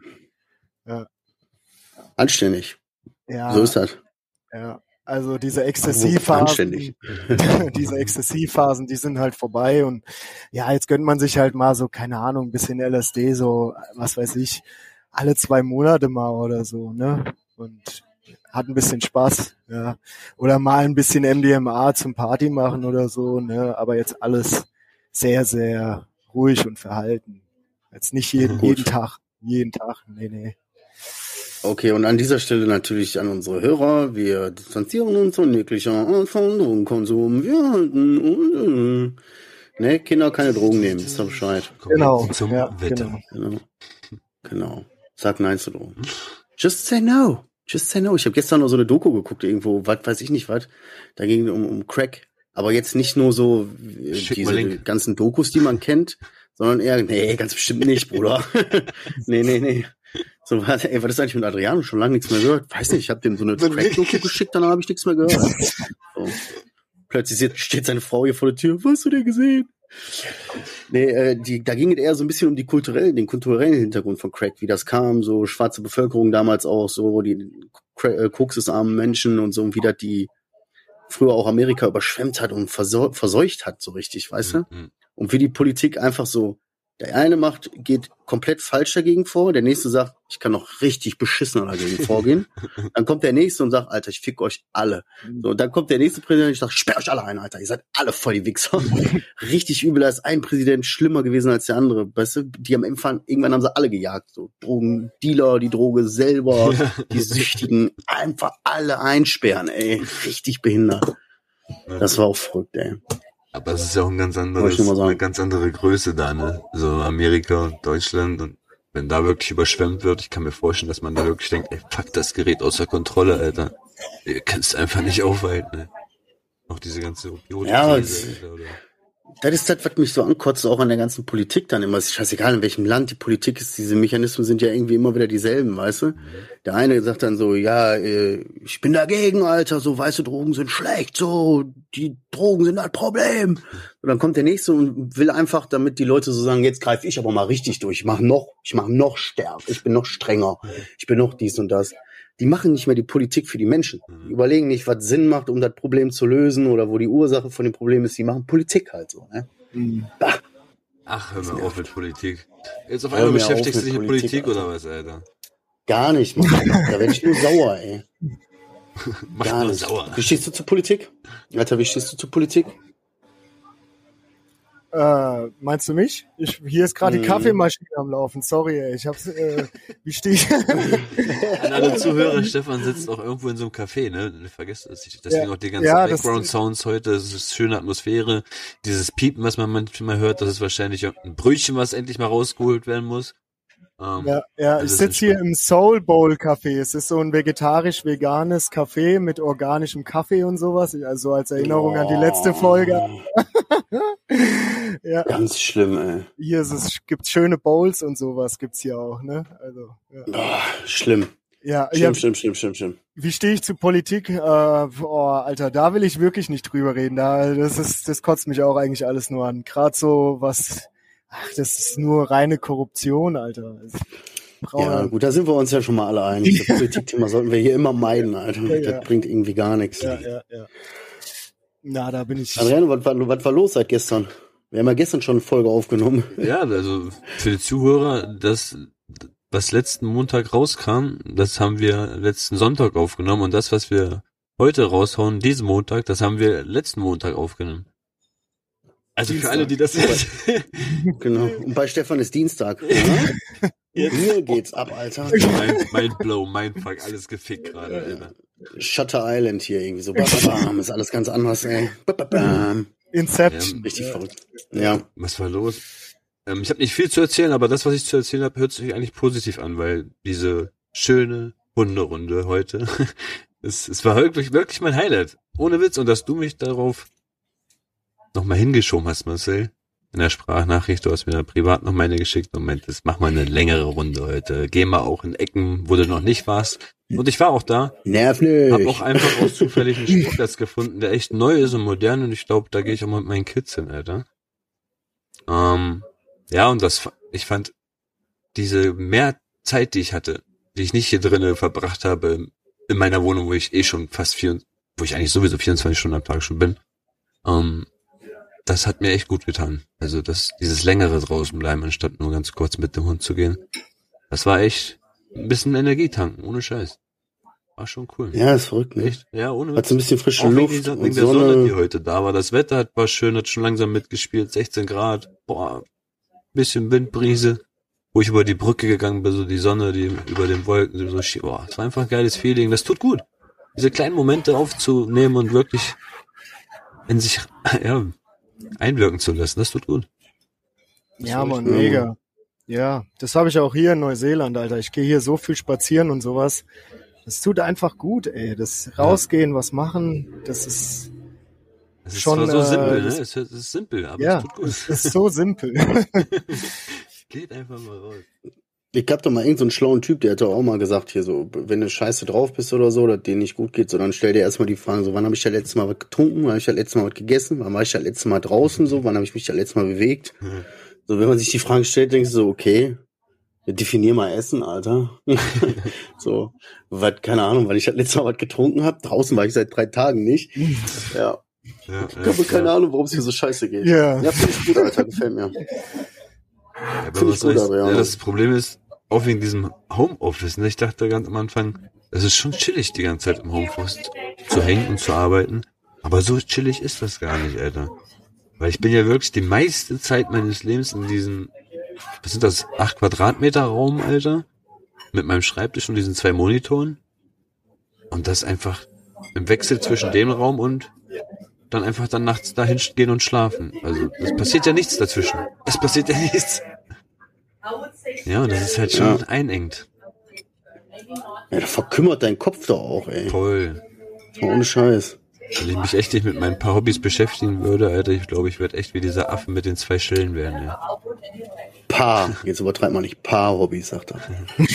Anständig. Ja, So ist das. ja. Also diese Anständig. Exzessivphasen, diese Exzessivphasen, die sind halt vorbei und ja, jetzt gönnt man sich halt mal so, keine Ahnung, ein bisschen L S D, so, was weiß ich, alle zwei Monate mal oder so, ne? Und hat ein bisschen Spaß, ja. Oder mal ein bisschen M D M A zum Party machen oder so, ne, aber jetzt alles sehr, sehr ruhig und verhalten. Jetzt nicht jeden, jeden Tag, jeden Tag, nee, nee. Okay, und an dieser Stelle natürlich an unsere Hörer, wir distanzieren uns von jeglicher Art von Drogenkonsum, wir halten und, äh, ne, Kinder keine Drogen nehmen, ist doch Bescheid. Genau, zum ja, Wetter. genau. Genau, genau. Sag Nein zu Drogen. Just say no, just say no. Ich habe gestern noch so eine Doku geguckt irgendwo, was weiß ich nicht was, da ging es um, um Crack, aber jetzt nicht nur so äh, Schick diese mal Link. ganzen Dokus, die man kennt, sondern eher, nee, ganz bestimmt nicht, Bruder. nee, nee, nee. So, was, ey, was ist eigentlich mit Adriano? Schon lange nichts mehr gehört. Weiß nicht, ich habe dem so eine Crack-Doku geschickt, dann habe ich nichts mehr gehört. So. Plötzlich steht seine Frau hier vor der Tür. Was hast du denn gesehen? Nee, äh, die, da ging es eher so ein bisschen um die kulturellen, den kulturellen Hintergrund von Crack, wie das kam, so schwarze Bevölkerung damals auch, so die äh, koksesarmen Menschen und so, und wie das die früher auch Amerika überschwemmt hat und verseu- verseucht hat, so richtig, weißt du? Mhm. Und wie die Politik einfach so, der eine macht, geht komplett falsch dagegen vor, der nächste sagt, ich kann noch richtig beschissener dagegen vorgehen. Dann kommt der nächste und sagt, Alter, ich fick euch alle. So, und dann kommt der nächste Präsident und sagt, sperr euch alle ein, Alter, ihr seid alle voll die Wichser. Richtig übel, da ist ein Präsident schlimmer gewesen als der andere. Weißt du, die haben irgendwann, irgendwann haben sie alle gejagt. So, Drogendealer, die Droge selber, die Süchtigen, einfach alle einsperren, ey. Richtig behindert. Das war auch verrückt, ey. Aber es ist ja auch ein ganz anderes, eine ganz andere Größe da, ne? So Amerika und Deutschland, und wenn da wirklich überschwemmt wird, ich kann mir vorstellen, dass man da wirklich denkt, ey, fuck, das Gerät außer Kontrolle, Alter. Ihr kannst einfach nicht aufhalten, ne? Auch diese ganze Opioid-Krise, Ja, Alter, oder? Das ist das, was mich so ankotzt, auch an der ganzen Politik dann immer. Es ist scheißegal, in welchem Land die Politik ist. Diese Mechanismen sind ja irgendwie immer wieder dieselben, weißt du? Mhm. Der eine sagt dann so, ja, ich bin dagegen, Alter, so weiße Drogen sind schlecht, so, die Drogen sind das Problem. Und dann kommt der nächste und will einfach, damit die Leute so sagen, jetzt greife ich aber mal richtig durch. Ich mach noch, ich mach noch stärker, ich bin noch strenger, ich bin noch dies und das. Die machen nicht mehr die Politik für die Menschen. Die überlegen nicht, was Sinn macht, um das Problem zu lösen oder wo die Ursache von dem Problem ist. Die machen Politik halt so. Ne? Mhm. Ach, Ach, hör mal auf mit Politik. Jetzt auf Hör einmal mir beschäftigst auf du dich mit mit Politik, Politik, oder was, Alter? gar nicht, Mann. Da werd ich nur sauer, ey. Mach Gar nur nicht. sauer. Wie stehst du zur Politik? Alter, wie stehst du zur Politik? Äh, meinst du mich? Ich, hier ist gerade die Mhm. Kaffeemaschine am Laufen. Sorry, ey. Ich hab's, äh, wie stehe ich? An alle Zuhörer, Stefan sitzt auch irgendwo in so einem Café, ne? Vergesst das nicht. Deswegen Ja. auch die ganzen Ja, das- Background-Sounds heute. Es ist schöne Atmosphäre. Dieses Piepen, was man manchmal hört, das ist wahrscheinlich ein Brötchen, was endlich mal rausgeholt werden muss. Ähm, Ja, ja, das ich ist sitze hier im Soul Bowl Café. Es ist so ein vegetarisch-veganes Café mit organischem Kaffee und sowas. Also als Erinnerung an die letzte Folge. Ja, Ganz schlimm, ey. hier ist es, gibt's schöne Bowls und sowas gibt's hier auch, ne? Also, ja. Oh, schlimm. Ja, Schlimm, ja, schlimm, schlimm, schlimm, schlimm. wie stehe ich zu Politik? Äh, oh, Alter, da will ich wirklich nicht drüber reden. Da, das ist, das kotzt mich auch eigentlich alles nur an. Gerade so was, ach, das ist nur reine Korruption, Alter. Das braucht Ja, man- gut, da sind wir uns ja schon mal alle einig. Das Politikthema sollten wir hier immer meiden, Alter. Ja, ja. Das bringt irgendwie gar nichts. ja, ja, ja. Na, da bin ich. Adriano, was war, was war los seit gestern? Wir haben ja gestern schon eine Folge aufgenommen. Ja, also für die Zuhörer, das, was letzten Montag rauskam, das haben wir letzten Sonntag aufgenommen, und das, was wir heute raushauen, diesen Montag, das haben wir letzten Montag aufgenommen. Also für alle, die das jetzt... Genau. Und bei Stefan ist Dienstag. Ja? Hier geht's ab, Alter. Mind, mind blow, mindfuck, alles gefickt gerade, Alter. Shutter Island hier irgendwie so. Bam, bam, ist alles ganz anders, ey. Bam, bam, bam. Inception. Richtig ja. verrückt. Ja. Was war los? Ähm, ich habe nicht viel zu erzählen, aber das, was ich zu erzählen habe, hört sich eigentlich positiv an, weil diese schöne Hunderunde heute, es, es war wirklich, wirklich mein Highlight. Ohne Witz. Und dass du mich darauf nochmal hingeschoben hast, Marcel, in der Sprachnachricht, du hast mir privat noch meine geschickt und meintest, mach mal eine längere Runde heute. Geh mal auch in Ecken, wo du noch nicht warst. Und ich war auch da. Nerv nicht. Hab auch einfach aus zufällig einen Spielplatz gefunden, der echt neu ist und modern, und ich glaube, da gehe ich auch mal mit meinen Kids hin, Alter. Ähm, ja, und das, ich fand diese mehr Zeit, die ich hatte, die ich nicht hier drinnen verbracht habe, in meiner Wohnung, wo ich eh schon fast vier, wo ich eigentlich sowieso vierundzwanzig Stunden am Tag schon bin, ähm, das hat mir echt gut getan. Also das, dieses längere draußen bleiben, anstatt nur ganz kurz mit dem Hund zu gehen. Das war echt ein bisschen Energie tanken, ohne Scheiß. War schon cool. Ja, ist verrückt, ne? Echt? Ja, ohne Witz. Hat so ein bisschen frische Auch Luft wegen, dieser, und wegen der Sonne. Sonne, die heute da war. Das Wetter hat, war schön, hat schon langsam mitgespielt. sechzehn Grad. Boah, bisschen Windbrise. Wo ich über die Brücke gegangen bin, so die Sonne, die über den Wolken, so, so boah, es war einfach ein geiles Feeling. Das tut gut. Diese kleinen Momente aufzunehmen und wirklich in sich, ja, einwirken zu lassen, das tut gut. Das ja, Mann, mega. Ja, das habe ich auch hier in Neuseeland, Alter. Ich gehe hier so viel spazieren und sowas. Das tut einfach gut, ey. Das rausgehen, ja. was machen, das ist das ist schon zwar so äh, simpel, das, ne? Es ist, es ist simpel, aber ja, es tut gut. Es ist so simpel. Geht einfach mal raus. Ich hab doch mal irgendeinen so einen schlauen Typ, der hat doch auch mal gesagt, hier so, wenn du scheiße drauf bist oder so, oder denen nicht gut geht, so, dann stell dir erstmal die Fragen, so, wann habe ich das letzte Mal was getrunken, wann habe ich das letzte Mal was gegessen, wann war ich das letzte Mal draußen, so, wann habe ich mich das letzte Mal bewegt. Mhm. So, wenn man sich die Fragen stellt, denkst du so, okay, definier mal Essen, Alter. So, was, keine Ahnung, wann ich das letzte Mal was getrunken habe, draußen war ich seit drei Tagen nicht. Ja. Ja, ich habe ja, keine ja. Ahnung, warum es hier so scheiße geht. Ja, ja finde ich gut, Alter, gefällt mir. Ja, aber was gut, heißt, aber, ja. ja, das Problem ist, auch wegen diesem Homeoffice, ne? Ich dachte ganz am Anfang, es ist schon chillig, die ganze Zeit im Homeoffice zu hängen und zu arbeiten. Aber so chillig ist das gar nicht, Alter. Weil ich bin ja wirklich die meiste Zeit meines Lebens in diesem, was sind das, acht Quadratmeter Raum, Alter? Mit meinem Schreibtisch und diesen zwei Monitoren. Und das einfach im Wechsel zwischen dem Raum und dann einfach dann nachts dahin gehen und schlafen. Also, es passiert ja nichts dazwischen. Es passiert ja nichts. Ja, und das ist halt schon ja. einengt. Ja, da verkümmert dein Kopf doch auch, ey. Voll. Ohne Scheiß. Wenn ich mich echt nicht mit meinen paar Hobbys beschäftigen würde, Alter, ich glaube, ich würde echt wie dieser Affe mit den zwei Schellen werden, ja. Paar. Jetzt übertreibt man nicht. Paar Hobbys, sagt er.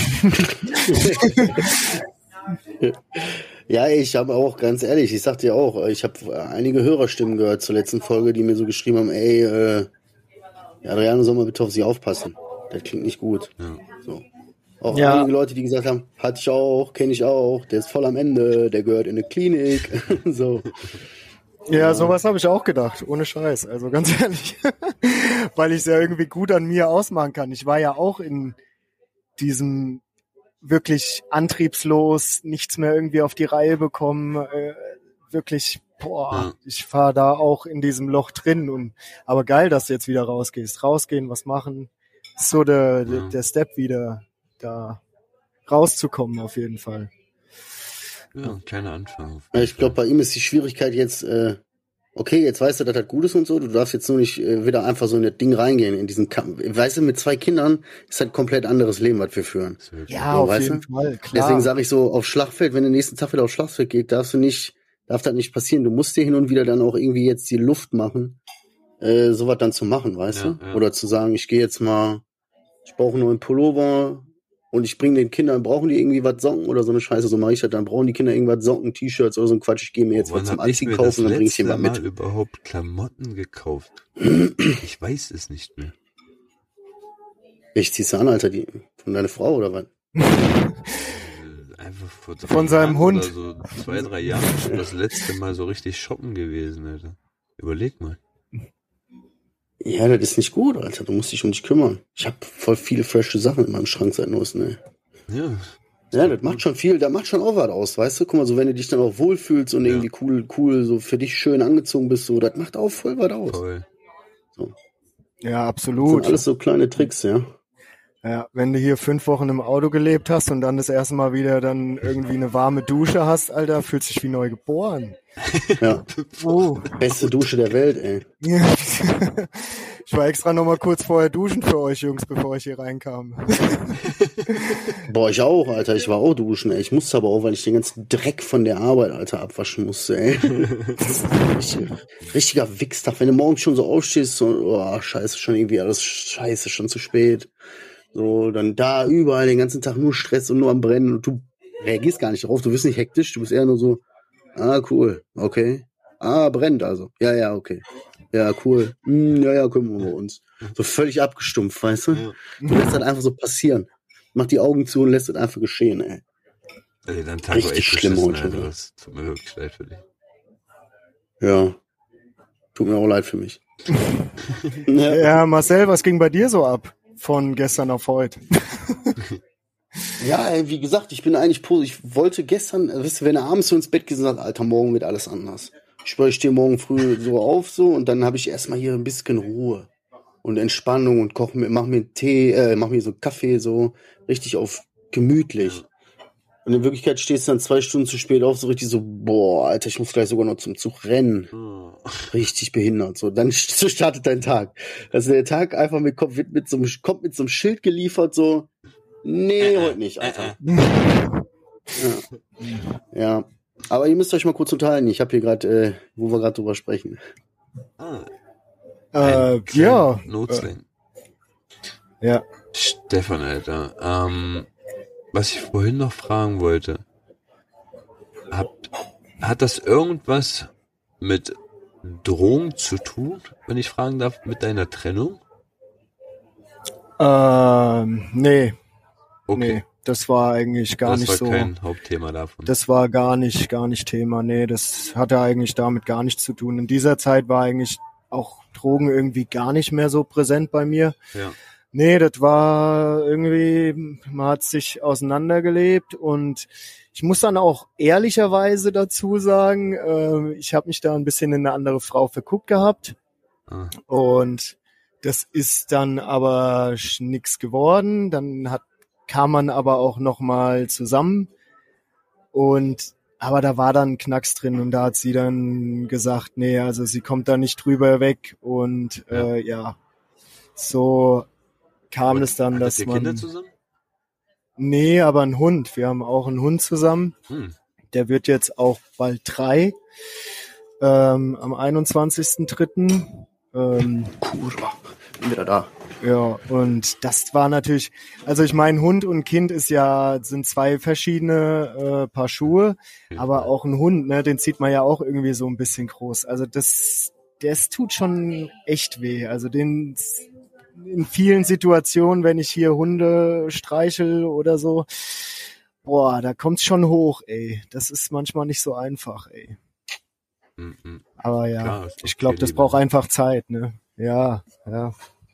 Ja, ich habe auch, ganz ehrlich, ich sag dir auch, ich habe einige Hörerstimmen gehört zur letzten Folge, die mir so geschrieben haben, ey, äh, Adriano soll mal bitte auf sie aufpassen. Das klingt nicht gut. Ja. So. Auch ja. einige Leute, die gesagt haben, hatte ich auch, kenne ich auch, der ist voll am Ende, der gehört in eine Klinik. So. Ja, ja. Sowas habe ich auch gedacht, ohne Scheiß, also ganz ehrlich. Weil ich es ja irgendwie gut an mir ausmachen kann. Ich war ja auch in diesem wirklich antriebslos, nichts mehr irgendwie auf die Reihe bekommen, äh, wirklich, boah, ja. ich fahre da auch in diesem Loch drin. Und aber geil, dass du jetzt wieder rausgehst. Rausgehen, was machen. Ist so der, ja. der Step wieder, da rauszukommen auf jeden Fall. Ja, ein kleiner Anfang. Ja, ich glaube, bei ihm ist die Schwierigkeit jetzt, äh, okay, jetzt weißt du, dass das gut ist und so, du darfst jetzt nur nicht äh, wieder einfach so in das Ding reingehen, in diesen Kampf. Weißt du, mit zwei Kindern ist halt ein komplett anderes Leben, was wir führen. Ja, so, auf weißt jeden du? Fall, klar. Deswegen sage ich so, auf Schlachtfeld, wenn der nächsten Tag wieder auf Schlachtfeld geht, darfst du nicht, darf das nicht passieren. Du musst dir hin und wieder dann auch irgendwie jetzt die Luft machen, äh, sowas dann zu machen, weißt ja, du? Ja. Oder zu sagen, ich gehe jetzt mal, ich brauche einen neuen Pullover und ich bringe den Kindern, brauchen die irgendwie was Socken oder so eine Scheiße, so mache ich das, dann brauchen die Kinder irgendwas Socken, T-Shirts oder so ein Quatsch, ich gehe mir jetzt was zum Anziehen kaufen, dann bringe ich dir mal mit. Wann habe ich überhaupt Klamotten gekauft? Ich weiß es nicht mehr. Ich zieh's an, Alter, die von deiner Frau oder was? Einfach vor von seinem Jahren Hund. Oder so zwei, drei Jahre schon das letzte Mal so richtig shoppen gewesen, Alter. Überleg mal. Ja, das ist nicht gut, Alter. Du musst dich um dich kümmern. Ich habe voll viele frische Sachen in meinem Schrank seit Neuestem, ne? Ja. Ja, das macht schon viel, da macht schon auch was aus, weißt du? Guck mal, so wenn du dich dann auch wohlfühlst und ja. irgendwie cool, cool, so für dich schön angezogen bist, so, das macht auch voll was aus. Voll. So. Ja, absolut. Das sind alles so kleine Tricks, ja. Ja, wenn du hier fünf Wochen im Auto gelebt hast und dann das erste Mal wieder dann irgendwie eine warme Dusche hast, Alter, fühlst dich wie neu geboren. Ja. Oh. Beste Dusche der Welt, ey. Ich war extra noch mal kurz vorher duschen für euch, Jungs, bevor ich hier reinkam. Boah, ich auch, Alter. Ich war auch duschen, ey. Ich musste aber auch, weil ich den ganzen Dreck von der Arbeit, Alter, abwaschen musste, ey. Richtig, richtiger Wichstag. Wenn du morgens schon so aufstehst, so, oh, scheiße, schon irgendwie alles scheiße, schon zu spät. So, dann da überall den ganzen Tag nur Stress und nur am Brennen und du reagierst gar nicht drauf, du bist nicht hektisch, du bist eher nur so, ah, cool, okay. Ah, brennt also. Ja, ja, okay. Ja, cool. Hm, ja, ja, kümmern wir uns. So völlig abgestumpft, weißt du? Ja. Du lässt das einfach so passieren. Mach die Augen zu und lässt das einfach geschehen, ey. Ey, dein Tag war echt schlimm heute. Das tut mir wirklich leid für dich. Ja. Tut mir auch leid für mich. Ja. Ja, Marcel, was ging bei dir so ab? Von gestern auf heute. Ja, ey, wie gesagt, ich bin eigentlich positiv. Ich wollte gestern, weißt du, wenn er abends so ins Bett geht und sagt, Alter, morgen wird alles anders. Ich schwöre, ich stehe morgen früh so auf so und dann habe ich erstmal hier ein bisschen Ruhe und Entspannung und koche mir, mach mir einen Tee, äh, mach mir so einen Kaffee, so richtig auf gemütlich. Und in Wirklichkeit stehst du dann zwei Stunden zu spät auf, so richtig so, boah, Alter, ich muss gleich sogar noch zum Zug rennen. Richtig behindert, so. Dann so startet dein Tag. Also der Tag einfach mit, kommt mit so einem, kommt mit so einem Schild geliefert, so, nee, heute nicht, Alter. Ja. Ja. Aber ihr müsst euch mal kurz unterhalten. Ich habe hier gerade, äh, wo wir gerade drüber sprechen. Ah. Äh, ja. Notsling. Ja. Stefan, Alter. Ähm, was ich vorhin noch fragen wollte. Hat, hat das irgendwas mit Drohung zu tun, wenn ich fragen darf, mit deiner Trennung? Ähm, nee. Okay. Nee, das war eigentlich gar das nicht war so. kein Hauptthema davon. Das war gar nicht, gar nicht Thema. Nee, das hatte eigentlich damit gar nichts zu tun. In dieser Zeit war eigentlich auch Drogen irgendwie gar nicht mehr so präsent bei mir. Ja. Nee, das war irgendwie, man hat sich auseinandergelebt und ich muss dann auch ehrlicherweise dazu sagen, äh, ich habe mich da ein bisschen in eine andere Frau verguckt gehabt Ah. und das ist dann aber nix geworden. Dann hat kam man aber auch noch mal zusammen und aber da war dann ein Knacks drin und da hat sie dann gesagt, nee, also sie kommt da nicht drüber weg und Ja. äh, ja, so kam Und es dann, hattet dass ihr man Kinder zusammen? nee, aber ein Hund. Wir haben auch einen Hund zusammen. Hm. Der wird jetzt auch bald drei. Ähm, am einundzwanzigsten dritten Ähm, Cool, bin wieder da. ja, und das war natürlich, also ich meine, Hund und Kind ist ja, sind zwei verschiedene äh, Paar Schuhe, aber auch ein Hund, ne, den zieht man ja auch irgendwie so ein bisschen groß. Also das, das tut schon echt weh. Also den in vielen Situationen, wenn ich hier Hunde streichel oder so, boah, da kommt's schon hoch, ey. Das ist manchmal nicht so einfach, ey. Mhm. Aber ja, Klar, ist doch ich glaube, viel das Liebe. braucht einfach Zeit, ne? Ja, ja.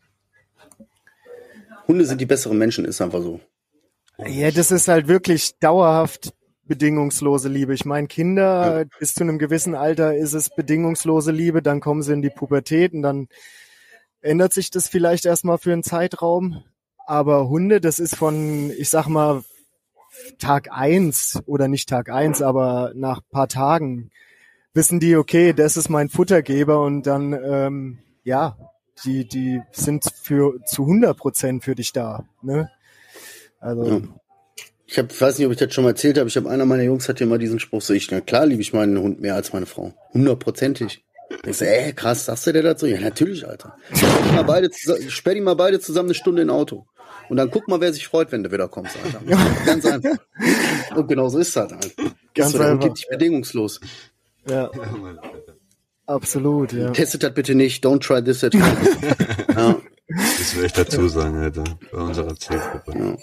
Hunde sind die besseren Menschen, ist einfach so. Ja, das ist halt wirklich dauerhaft bedingungslose Liebe. Ich meine, Kinder, Ja. bis zu einem gewissen Alter ist es bedingungslose Liebe, dann kommen sie in die Pubertät und dann ändert sich das vielleicht erstmal für einen Zeitraum. Aber Hunde, das ist von, ich sag mal, Tag eins oder nicht Tag eins, aber nach paar Tagen wissen die, okay, das ist mein Futtergeber und dann, ähm, ja, die, die sind für zu hundert Prozent für dich da, ne? Also, Ja. Ich hab, weiß nicht, ob ich das schon mal erzählt habe. Ich habe einer meiner Jungs hat ja immer diesen Spruch so, ich, na klar liebe ich meinen Hund mehr als meine Frau. Hundertprozentig. Ich so, ey, krass, sagst du dir das so? Ja, natürlich, Alter. Sperr die mal beide, zus- sperr die mal beide zusammen eine Stunde in ein Auto. Und dann guck mal, wer sich freut, wenn du wieder kommst, Alter. Ganz einfach. Und genau so ist das, Alter. Ganz Ist so, der Hund einfach, gibt dich bedingungslos. ja, Ja, Mann, Alter. absolut, ja. Testet das bitte nicht. Don't try this at home. Ja. Das will ich dazu sagen, Alter, bei unserer Zielgruppe. Ja.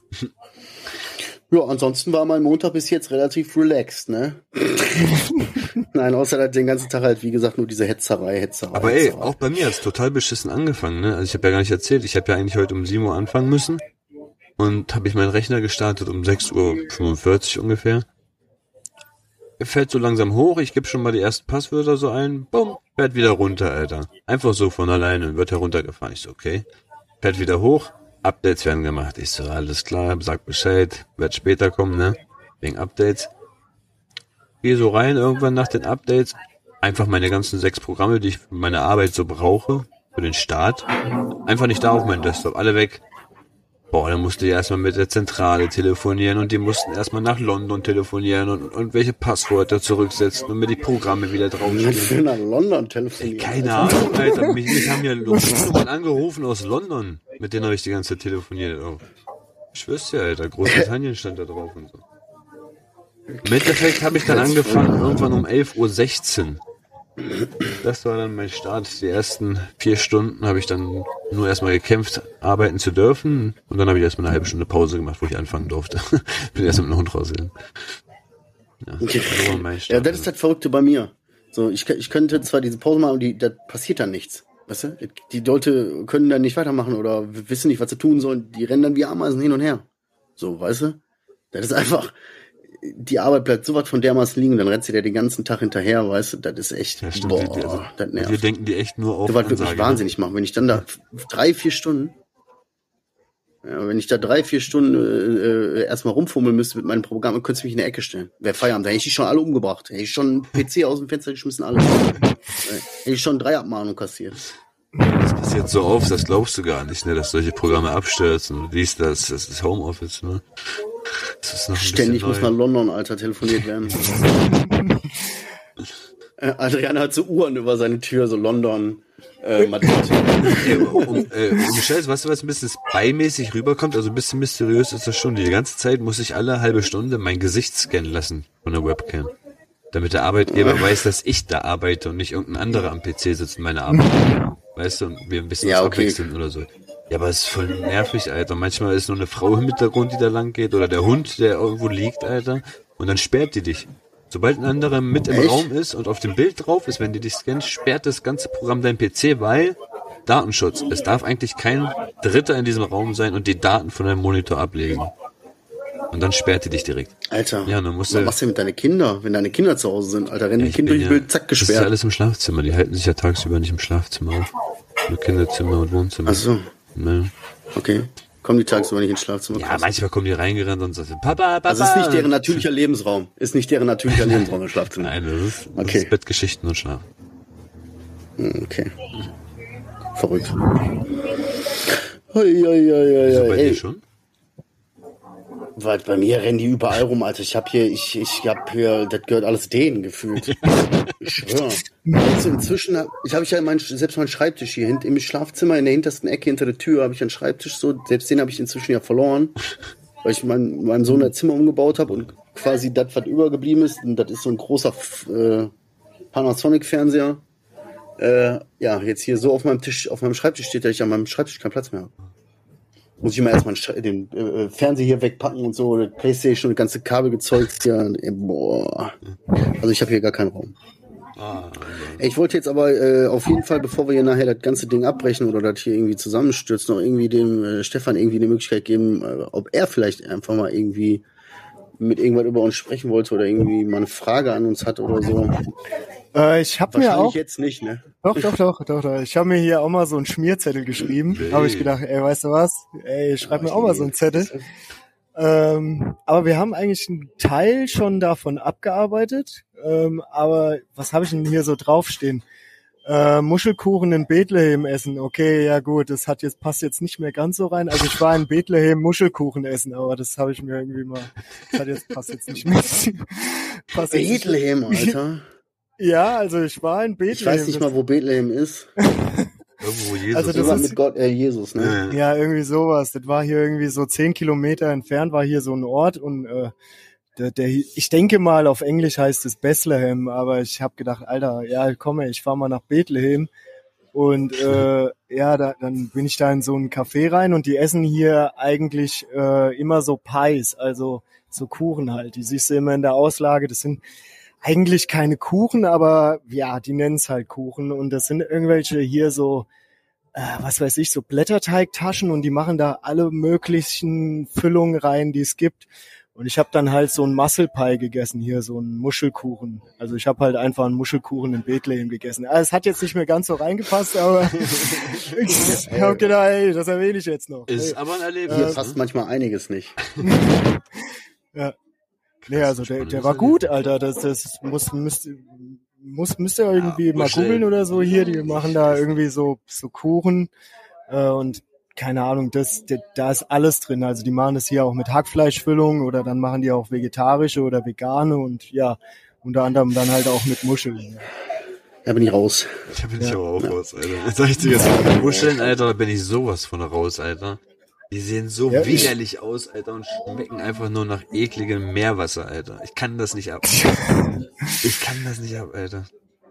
Ja, ansonsten war mein Montag bis jetzt relativ relaxed, ne? Nein, außer halt den ganzen Tag halt, wie gesagt, nur diese Hetzerei, Hetzerei. Aber ey, Hetzerei. auch bei mir hat's total beschissen angefangen, ne? Also ich habe ja gar nicht erzählt, ich habe ja eigentlich heute um sieben Uhr anfangen müssen und habe ich meinen Rechner gestartet um sechs Uhr fünfundvierzig ungefähr. Er fällt so langsam hoch, ich gebe schon mal die ersten Passwörter so ein, bumm, fährt wieder runter, Alter. Einfach so von alleine und wird heruntergefahren. Ich so, okay. Fährt wieder hoch, Updates werden gemacht. Ich so, alles klar, sag Bescheid, wird später kommen, ne? Wegen Updates. Geh so rein, irgendwann nach den Updates, einfach meine ganzen sechs Programme, die ich für meine Arbeit so brauche, für den Start, einfach nicht da auf meinem Desktop, alle weg. Boah, dann musste ich erstmal mit der Zentrale telefonieren und die mussten erstmal nach London telefonieren und irgendwelche Passwörter zurücksetzen und mir die Programme wieder Nicht draufstellen. für nach London telefonieren. Keine Ahnung, Alter. Mich, mich haben ja Nummern angerufen aus London. Mit denen habe ich die ganze Zeit telefoniert. Oh. Ich schwör's dir, Alter. Großbritannien stand da drauf und so. Im Endeffekt habe ich dann angefangen, irgendwann um elf Uhr sechzehn. Das war dann mein Start. Die ersten vier Stunden habe ich dann nur erstmal gekämpft, arbeiten zu dürfen. Und dann habe ich erstmal eine halbe Stunde Pause gemacht, wo ich anfangen durfte. Bin erst mit dem Hund rausgegangen. Ja, das war mein Start. Ja, das ist das Verrückte bei mir. So, ich, ich könnte zwar diese Pause machen, aber die, da passiert dann nichts. Weißt du? Die Leute können dann nicht weitermachen oder wissen nicht, was sie tun sollen. Die rennen dann wie Ameisen hin und her. So, weißt du? Das ist einfach, die Arbeit bleibt so was von dermaßen liegen, dann rennt sie dir den ganzen Tag hinterher, weißt du, das ist echt, Ja, stimmt, boah, die- also, das nervt. Wir denken die echt nur auf Das war wirklich Ansage, wahnsinnig machen. Wenn ich dann da drei, vier Stunden, ja, wenn ich da drei, vier Stunden äh, äh, erstmal rumfummeln müsste mit meinem Programm, dann könntest du mich in die Ecke stellen. Wäre Feierabend, da hätte ich die schon alle umgebracht. Hätte ich schon einen P C aus dem Fenster geschmissen, alles. Hätte ich schon drei Abmahnungen kassiert. Ne? Das passiert so oft, das glaubst du gar nicht, ne? Dass solche Programme abstürzen. Und dies, das, das ist Homeoffice, ne? Das ist noch ein Ständig bisschen muss neu. nach London, Alter, telefoniert werden. äh, Adrian hat so Uhren über seine Tür, so London, äh, Madrid. Ey, um, äh, um Scheiß, weißt du, was ein bisschen spy-mäßig rüberkommt? Also ein bisschen mysteriös ist das schon. Die ganze Zeit muss ich alle halbe Stunde mein Gesicht scannen lassen von der Webcam. Damit der Arbeitgeber weiß, dass ich da arbeite und nicht irgendein anderer am P C sitzt und meine Arbeit. Weißt du, und wir ein bisschen Ja, uns okay. abwechseln oder so. Ja, aber es ist voll nervig, Alter. Manchmal ist nur eine Frau im Hintergrund, die da lang geht, oder der Hund, der irgendwo liegt, Alter. Und dann sperrt die dich. Sobald ein anderer mit im Echt? Raum ist und auf dem Bild drauf ist, wenn die dich scannt, sperrt das ganze Programm dein P C, weil Datenschutz. Es darf eigentlich kein Dritter in diesem Raum sein und die Daten von deinem Monitor ablegen. Und dann sperrt die dich direkt. Alter, Ja, dann musst was du- machst du mit deinen Kindern, wenn deine Kinder zu Hause sind? Alter, rennen Ja, die ich Kinder bin durch das ja- Bild, zack, Das ist ja gesperrt. alles im Schlafzimmer. Die halten sich ja tagsüber nicht im Schlafzimmer auf. Nur Kinderzimmer und Wohnzimmer. Ach so, Ne? okay. Kommen die tagsüber nicht ins Schlafzimmer? Ja, Krass. manchmal kommen die reingerannt und sagen, Papa, Papa. Also es ist nicht deren natürlicher Lebensraum. Ist nicht deren natürlicher Lebensraum im Schlafzimmer. Nein, das ist, das Okay. ist Bettgeschichten und Schlaf. Hm, Okay. Verrückt. Hoi, hoi, hoi, hoi, Wieso hoi. bei Ey, dir schon? weil bei mir rennen die überall rum, Alter. Ich hab hier, ich, ich hab hier, das gehört alles denen gefühlt. Ich schwör. Also inzwischen, hab- ich habe ich ja mein, selbst meinen Schreibtisch hier hinten im Schlafzimmer in der hintersten Ecke hinter der Tür habe ich einen Schreibtisch so, selbst den habe ich inzwischen ja verloren, weil ich mein, meinem Sohn ein Zimmer umgebaut habe und quasi das, was übergeblieben ist, und das ist so ein großer äh, Panasonic-Fernseher. Äh, ja, jetzt hier so auf meinem Tisch, auf meinem Schreibtisch steht, dass ich an meinem Schreibtisch keinen Platz mehr habe. Muss ich mal erstmal den äh, Fernseher hier wegpacken und so, das Playstation und das ganze Kabelgezeug hier. Ey, boah. Also ich habe hier gar keinen Raum. Ah, Ey, ich wollte jetzt aber äh, auf jeden Fall, bevor wir hier nachher das ganze Ding abbrechen oder das hier irgendwie zusammenstürzt, noch irgendwie dem äh, Stefan irgendwie eine Möglichkeit geben, äh, ob er vielleicht einfach mal irgendwie mit irgendwas über uns sprechen wollte oder irgendwie mal eine Frage an uns hat oder so. Äh, ich habe mir Wahrscheinlich auch, jetzt nicht, ne? doch, doch, doch, doch, doch. Ich habe mir hier auch mal so einen Schmierzettel geschrieben. Nee. Habe ich gedacht, ey, weißt du was? Ey, schreib mir auch mal so einen Zettel. Ähm, aber wir haben eigentlich einen Teil schon davon abgearbeitet. Ähm, aber was habe ich denn hier so draufstehen? Äh, Muschelkuchen in Bethlehem essen. Okay, ja gut, das hat jetzt passt jetzt nicht mehr ganz so rein. Also ich war in Bethlehem Muschelkuchen essen, aber das habe ich mir irgendwie mal. Das hat jetzt passt jetzt nicht mehr. passt jetzt nicht mehr. Bethlehem, Alter. Ja, also ich war in Bethlehem. Ich weiß nicht mal, wo Bethlehem ist. irgendwo Jesus. Also das Irgendwas ist- mit Gott, äh, Jesus, ne? Ja. Ja, irgendwie sowas. Das war hier irgendwie so zehn Kilometer entfernt, war hier so ein Ort und äh, der, der, ich denke mal, auf Englisch heißt es Bethlehem, aber ich habe gedacht, Alter, ja komm, ey, ich fahr mal nach Bethlehem und äh, ja, da, dann bin ich da in so ein Café rein und die essen hier eigentlich äh, immer so Pies, also so Kuchen halt. Die siehst du immer in der Auslage, das sind eigentlich keine Kuchen, aber ja, die nennen es halt Kuchen und das sind irgendwelche hier so äh, was weiß ich, so Blätterteigtaschen und die machen da alle möglichen Füllungen rein, die es gibt. Und ich habe dann halt so einen Muscle Pie gegessen, hier so einen Muschelkuchen. Also ich habe halt einfach einen Muschelkuchen in Bethlehem gegessen. Also es hat jetzt nicht mehr ganz so reingepasst, aber ich habe gedacht, ey, das erwähne ich jetzt noch. Ist Hey. aber ein Hier Erlebnis. passt ne? manchmal einiges nicht. Ja. Nee, also der, der war Spannendes gut, Erlebnis. Alter. Das, das muss, müsst, muss, müsst ihr irgendwie Ja, mal Muscheln. googeln oder so hier. Die machen da irgendwie so, so Kuchen äh, und keine Ahnung, das, das, da ist alles drin. Also die machen das hier auch mit Hackfleischfüllung oder dann machen die auch vegetarische oder vegane und ja, unter anderem dann halt auch mit Muscheln. Da bin ich raus. Da bin ich aber auch raus, Alter. Jetzt sag ich dir jetzt Muscheln, Alter, da bin ich sowas von raus, Alter. Die sehen so Ja, ich- widerlich aus, Alter, und schmecken einfach nur nach ekligem Meerwasser, Alter. Ich kann das nicht ab. Ich kann das nicht ab, Alter.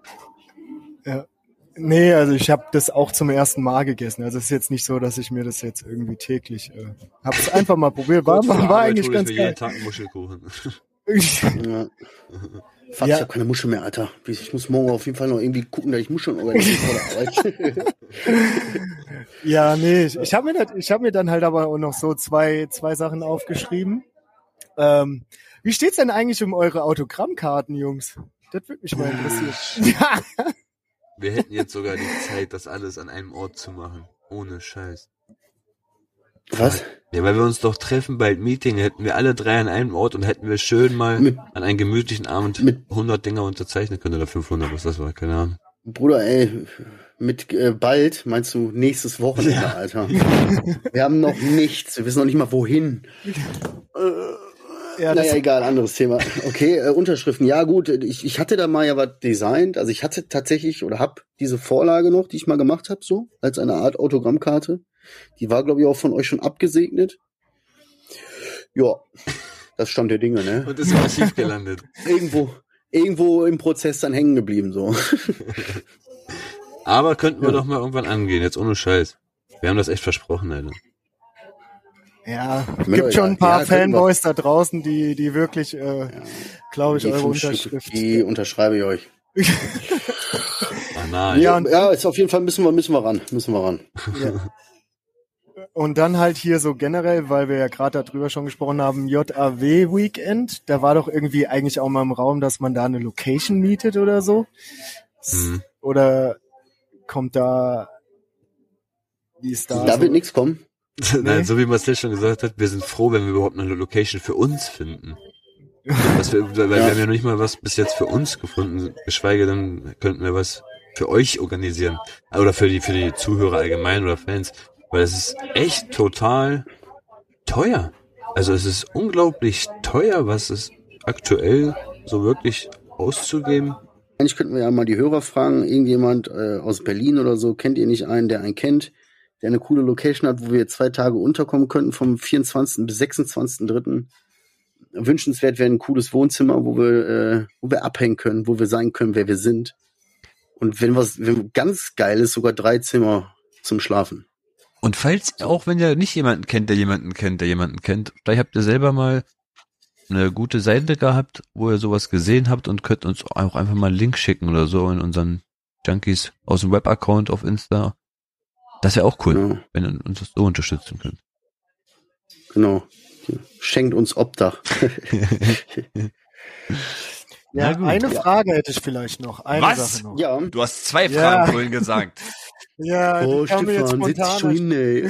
Ja. Nee, also ich habe das auch zum ersten Mal gegessen. Also es ist jetzt nicht so, dass ich mir das jetzt irgendwie täglich äh, hab's einfach mal probiert. War, Kurz vor war, der war Arbeit eigentlich hole ich ganz mir geil. jeden Tag einen Muschelkuchen. Ja. Fuck, Ja. ich habe keine Muschel mehr, Alter. Ich muss morgen auf jeden Fall noch irgendwie gucken, dass ich Muscheln organisiere vor der Arbeit. Ja, nee, ich, ich habe mir, das- ich hab mir dann halt aber auch noch so zwei, zwei Sachen aufgeschrieben. Ähm, wie steht's denn eigentlich um eure Autogrammkarten, Jungs? Das würde mich mal interessieren. Ja. Wir hätten jetzt sogar die Zeit, das alles an einem Ort zu machen. Ohne Scheiß. Was? Ja, weil wir uns doch treffen bald Meeting, hätten wir alle drei an einem Ort und hätten wir schön mal Mit- an einem gemütlichen Abend mit- hundert Dinger unterzeichnen können oder fünfhundert, was das war, keine Ahnung. Bruder, ey, mit äh, bald meinst du nächstes Wochenende, Ja. Alter. Wir haben noch nichts, wir wissen noch nicht mal wohin. Ja, das, Naja, egal, anderes Thema. Okay, äh, Unterschriften, ja gut, ich, ich hatte da mal ja was designt, also ich hatte tatsächlich oder hab diese Vorlage noch, die ich mal gemacht habe, so, als eine Art Autogrammkarte. Die war, glaube ich, auch von euch schon abgesegnet. Ja, das stand der Dinge, ne? Und ist im Archiv gelandet. Irgendwo, irgendwo im Prozess dann hängen geblieben, so. Aber könnten wir Ja. doch mal irgendwann angehen, jetzt ohne Scheiß. Wir haben das echt versprochen, Alter. ja, Mir gibt doch schon ein egal. paar Ja, können wir- Fanboys da draußen, die, die wirklich, äh, glaube ich, Die eure fünf Stück, Unterschrift. die unterschreibe ich euch. Ah nein. Ja, und Ja, jetzt auf jeden Fall müssen wir, müssen wir ran, müssen wir ran. Ja. Und dann halt hier so generell, weil wir ja gerade darüber schon gesprochen haben, J A W-Weekend, da war doch irgendwie eigentlich auch mal im Raum, dass man da eine Location mietet oder so. Mhm. Oder kommt da, wie ist da? Da so? wird nichts kommen. Nein, so wie Marcel schon gesagt hat, wir sind froh, wenn wir überhaupt eine Location für uns finden. Dass wir, weil Ja. wir haben ja noch nicht mal was bis jetzt für uns gefunden, geschweige denn könnten wir was für euch organisieren. Oder für die, für die Zuhörer allgemein oder Fans. Weil es ist echt total teuer. Also es ist unglaublich teuer, was es aktuell so wirklich auszugeben. Eigentlich könnten wir ja mal die Hörer fragen, irgendjemand äh, aus Berlin oder so, kennt ihr nicht einen, der einen kennt, der eine coole Location hat, wo wir zwei Tage unterkommen könnten, vom vierundzwanzigsten bis sechsundzwanzigsten dritten Wünschenswert wäre ein cooles Wohnzimmer, wo wir, äh, wo wir abhängen können, wo wir sein können, wer wir sind. Und wenn was, wenn ganz geil ist, sogar drei Zimmer zum Schlafen. Und falls, auch wenn ihr nicht jemanden kennt, der jemanden kennt, der jemanden kennt, vielleicht habt ihr selber mal eine gute Seite gehabt, wo ihr sowas gesehen habt und könnt uns auch einfach mal einen Link schicken oder so in unseren Junkies aus dem Web-Account auf Insta. Das wäre auch cool, Ja. wenn ihr uns das so unterstützen könnt. Genau. Schenkt uns Obdach. Ja, Na gut. eine Ja. Frage hätte ich vielleicht noch. Eine Was? Sache noch. Ja. Du hast zwei Ja. Fragen vorhin gesagt. Ja, Oh, die kam mir jetzt Stefan, sitzt spontan. schon hin, ey.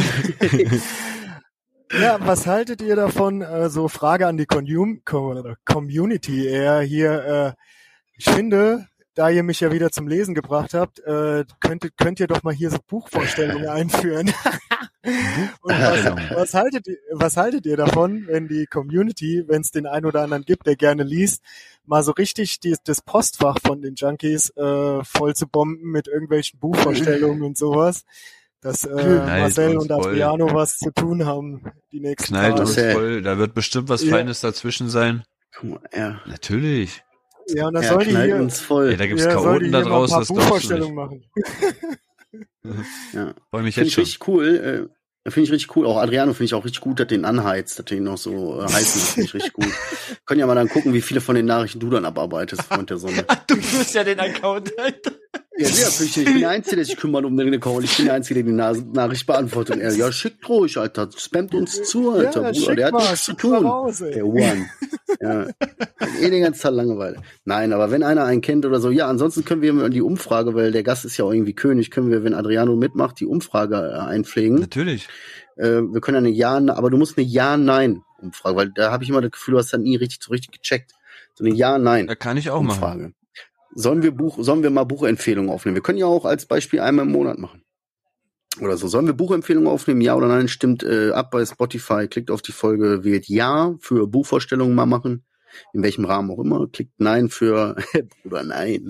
Ja, was haltet ihr davon? Äh, so Frage an die Conum- Co- Community eher hier. Äh, ich finde, da ihr mich ja wieder zum Lesen gebracht habt, äh, könnt, könnt ihr doch mal hier so Buchvorstellungen einführen. Und was, was, haltet ihr, was haltet ihr davon, wenn die Community, wenn es den einen oder anderen gibt, der gerne liest, mal so richtig die, das Postfach von den Junkies äh, voll zu bomben mit irgendwelchen Buchvorstellungen und sowas, dass äh, Knallt Marcel uns und voll. Adriano was zu tun haben die nächsten Knallt Tage. uns Marcel. voll, da wird bestimmt was Ja. Feines dazwischen sein. Guck mal, er, Natürlich. Ja, und das er soll die knallt hier, uns voll. Ja, da gibt's ja, soll die Chaoten da hier mal ein draußen, paar das glaubst du Buchvorstellungen nicht. machen. Ja. Freue mich Finde jetzt ich schon. richtig cool. Äh, finde ich richtig cool. Auch Adriano finde ich auch richtig gut, dass den anheizt, dass den noch so äh, heißen. Das finde ich richtig gut. Können ja mal dann gucken, wie viele von den Nachrichten du dann abarbeitest, Freund der Sonne. Du bist ja den Account, Alter. Ja, sehr ich bin der Einzige, der sich kümmert um den Account. Ich bin der Einzige, der die Na- Nachricht beantwortet. Und er, ja, schickt ruhig, Alter. Spammt uns zu, Alter. Ja, Bruder. schick Der hat mal, nichts zu schick mal tun. raus, ey. Der One. Ja. Eh den ganzen Tag Langeweile. Nein, aber wenn einer einen kennt oder so, ja, ansonsten können wir die Umfrage, weil der Gast ist ja auch irgendwie König, können wir, wenn Adriano mitmacht, die Umfrage äh, einpflegen. Natürlich. Äh, wir können eine Ja, aber du musst eine Ja-Nein-Umfrage, weil da habe ich immer das Gefühl, du hast dann nie richtig so richtig gecheckt. So eine Ja-Nein. Da kann ich auch machen. Umfrage. Sollen wir Buch, sollen wir mal Buchempfehlungen aufnehmen? Wir können ja auch als Beispiel einmal im Monat machen. Oder so. Sollen wir Buchempfehlungen aufnehmen? Ja oder nein? Stimmt äh, ab bei Spotify. Klickt auf die Folge, wählt Ja für Buchvorstellungen mal machen. In welchem Rahmen auch immer. Klickt Nein für Bruder, nein.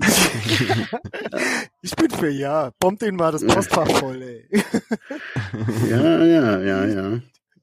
Ich bin für ja. Bombt den mal das Postfach voll, ey. Ja, ja, ja, ja.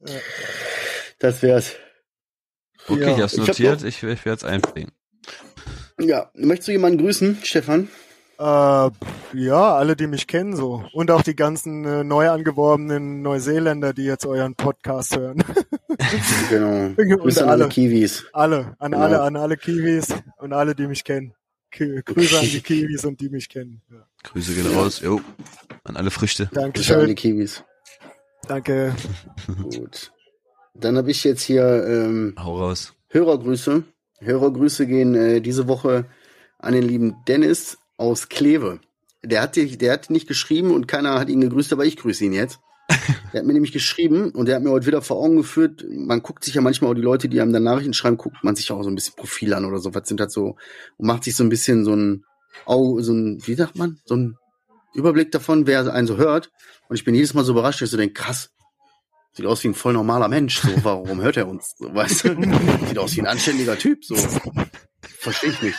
Das wär's. Okay, Ja. ich hab's Ich hab notiert, ich, ich werde es einpflegen. Ja, möchtest du jemanden grüßen, Stefan? Äh, ja, alle, die mich kennen, so. Und auch die ganzen äh, neu angeworbenen Neuseeländer, die jetzt euren Podcast hören. Genau. Und Grüße an alle Kiwis. Alle, an Genau. alle, an alle Kiwis und alle, die mich kennen. K- Grüße an die Kiwis und die mich kennen. Ja. Grüße gehen raus, jo. An alle Früchte. Grüße an die Dankeschön. Kiwis. Danke. Gut. Dann habe ich jetzt hier ähm, Hau raus. Hörergrüße. Hörergrüße gehen äh, diese Woche an den lieben Dennis aus Kleve. Der hat, die, der hat nicht geschrieben und keiner hat ihn gegrüßt, aber ich grüße ihn jetzt. Der hat mir nämlich geschrieben und der hat mir heute wieder vor Augen geführt, man guckt sich ja manchmal auch die Leute, die einem dann Nachrichten schreiben, guckt man sich auch so ein bisschen Profil an oder so, was sind das so, und macht sich so ein bisschen so ein, so ein, wie sagt man, so ein Überblick davon, wer einen so hört. Und ich bin jedes Mal so überrascht, dass ich so denke, krass, sieht aus wie ein voll normaler Mensch, so, warum hört er uns? So, weißt du? Sieht aus wie ein anständiger Typ, so. Verstehe ich nicht.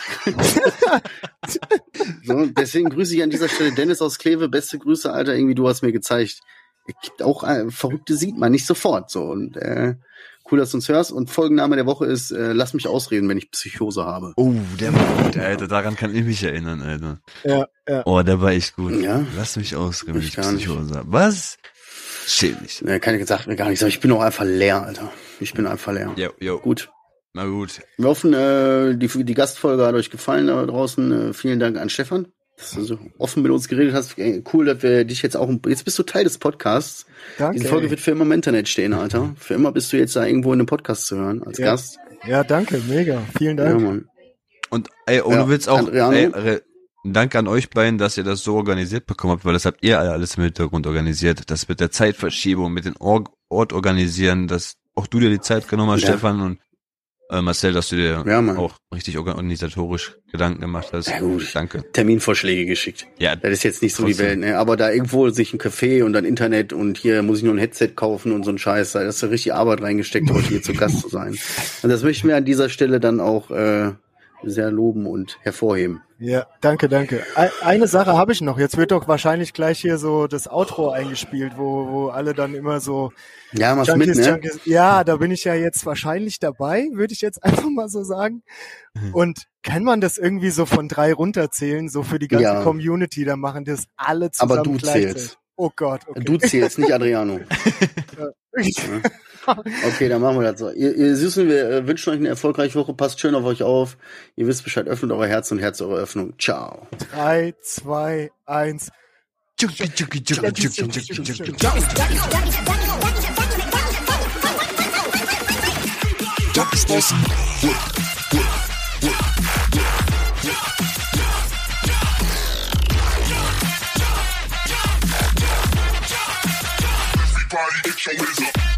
So, deswegen grüße ich an dieser Stelle Dennis aus Kleve, beste Grüße, Alter, irgendwie, du hast mir gezeigt, es gibt auch äh, Verrückte sieht man nicht sofort, so, und äh, cool, dass du uns hörst, und Folgenname der Woche ist, äh, lass mich ausreden, wenn ich Psychose habe. Oh, der war gut, Alter. Daran kann ich mich erinnern, Alter. Ja, ja. Oh, der war echt gut. Ja. Lass mich ausreden, wenn Ich ich gar nicht. Psychose habe. Was? Schäm dich. Ne, keine gesagt mir gar nichts, aber ich bin auch einfach leer, Alter. Ich bin einfach leer. Jo, jo. Gut. Na gut. Wir hoffen, äh, die, die Gastfolge hat euch gefallen da draußen. Äh, vielen Dank an Stefan, dass du so offen mit uns geredet hast. Äh, cool, dass wir dich jetzt auch, jetzt bist du Teil des Podcasts. Danke. Diese Folge ey. wird für immer im Internet stehen, Alter. Für immer bist du jetzt da irgendwo in einem Podcast zu hören, als Ja. Gast. Ja, danke, mega. Vielen Ja, Dank. Mann. Und ey, ohne Ja, Witz auch, Adriano? ey, Re- Danke an euch beiden, dass ihr das so organisiert bekommen habt, weil das habt ihr alle alles im Hintergrund organisiert. Das mit der Zeitverschiebung, mit dem Or- Ort organisieren, dass auch du dir die Zeit genommen hast, Ja. Stefan, und äh, Marcel, dass du dir Ja, Mann. auch richtig organisatorisch Gedanken gemacht hast. Ja, gut. Danke. Terminvorschläge geschickt. Ja, Das ist jetzt nicht so die Trotzdem. Welt, ne? Aber da irgendwo sich ein Café und dann Internet und hier muss ich nur ein Headset kaufen und so ein Scheiß, da ist da richtig Arbeit reingesteckt, heute hier zu Gast zu sein. Und das möchten wir an dieser Stelle dann auch äh, sehr loben und hervorheben. Ja, danke, danke. E- Eine Sache habe ich noch. Jetzt wird doch wahrscheinlich gleich hier so das Outro eingespielt, wo, wo alle dann immer so Ja, mach's mit, Junkies, ne? Junkies. Ja, da bin ich ja jetzt wahrscheinlich dabei, würde ich jetzt einfach mal so sagen. Und kann man das irgendwie so von drei runterzählen, so für die ganze Ja. Community, da machen das alle zusammen Aber du gleichzeitig. zählst. Oh Gott, okay. Du zählst, nicht Adriano. Okay, dann machen wir das so. Ihr, ihr Süßen, wir äh, wünschen euch eine erfolgreiche Woche. Passt schön auf euch auf. Ihr wisst Bescheid, öffnet eure Herz und Herz eure Öffnung. Ciao. Drei, zwei, eins. Junkies draußen. Everybody get your hands up.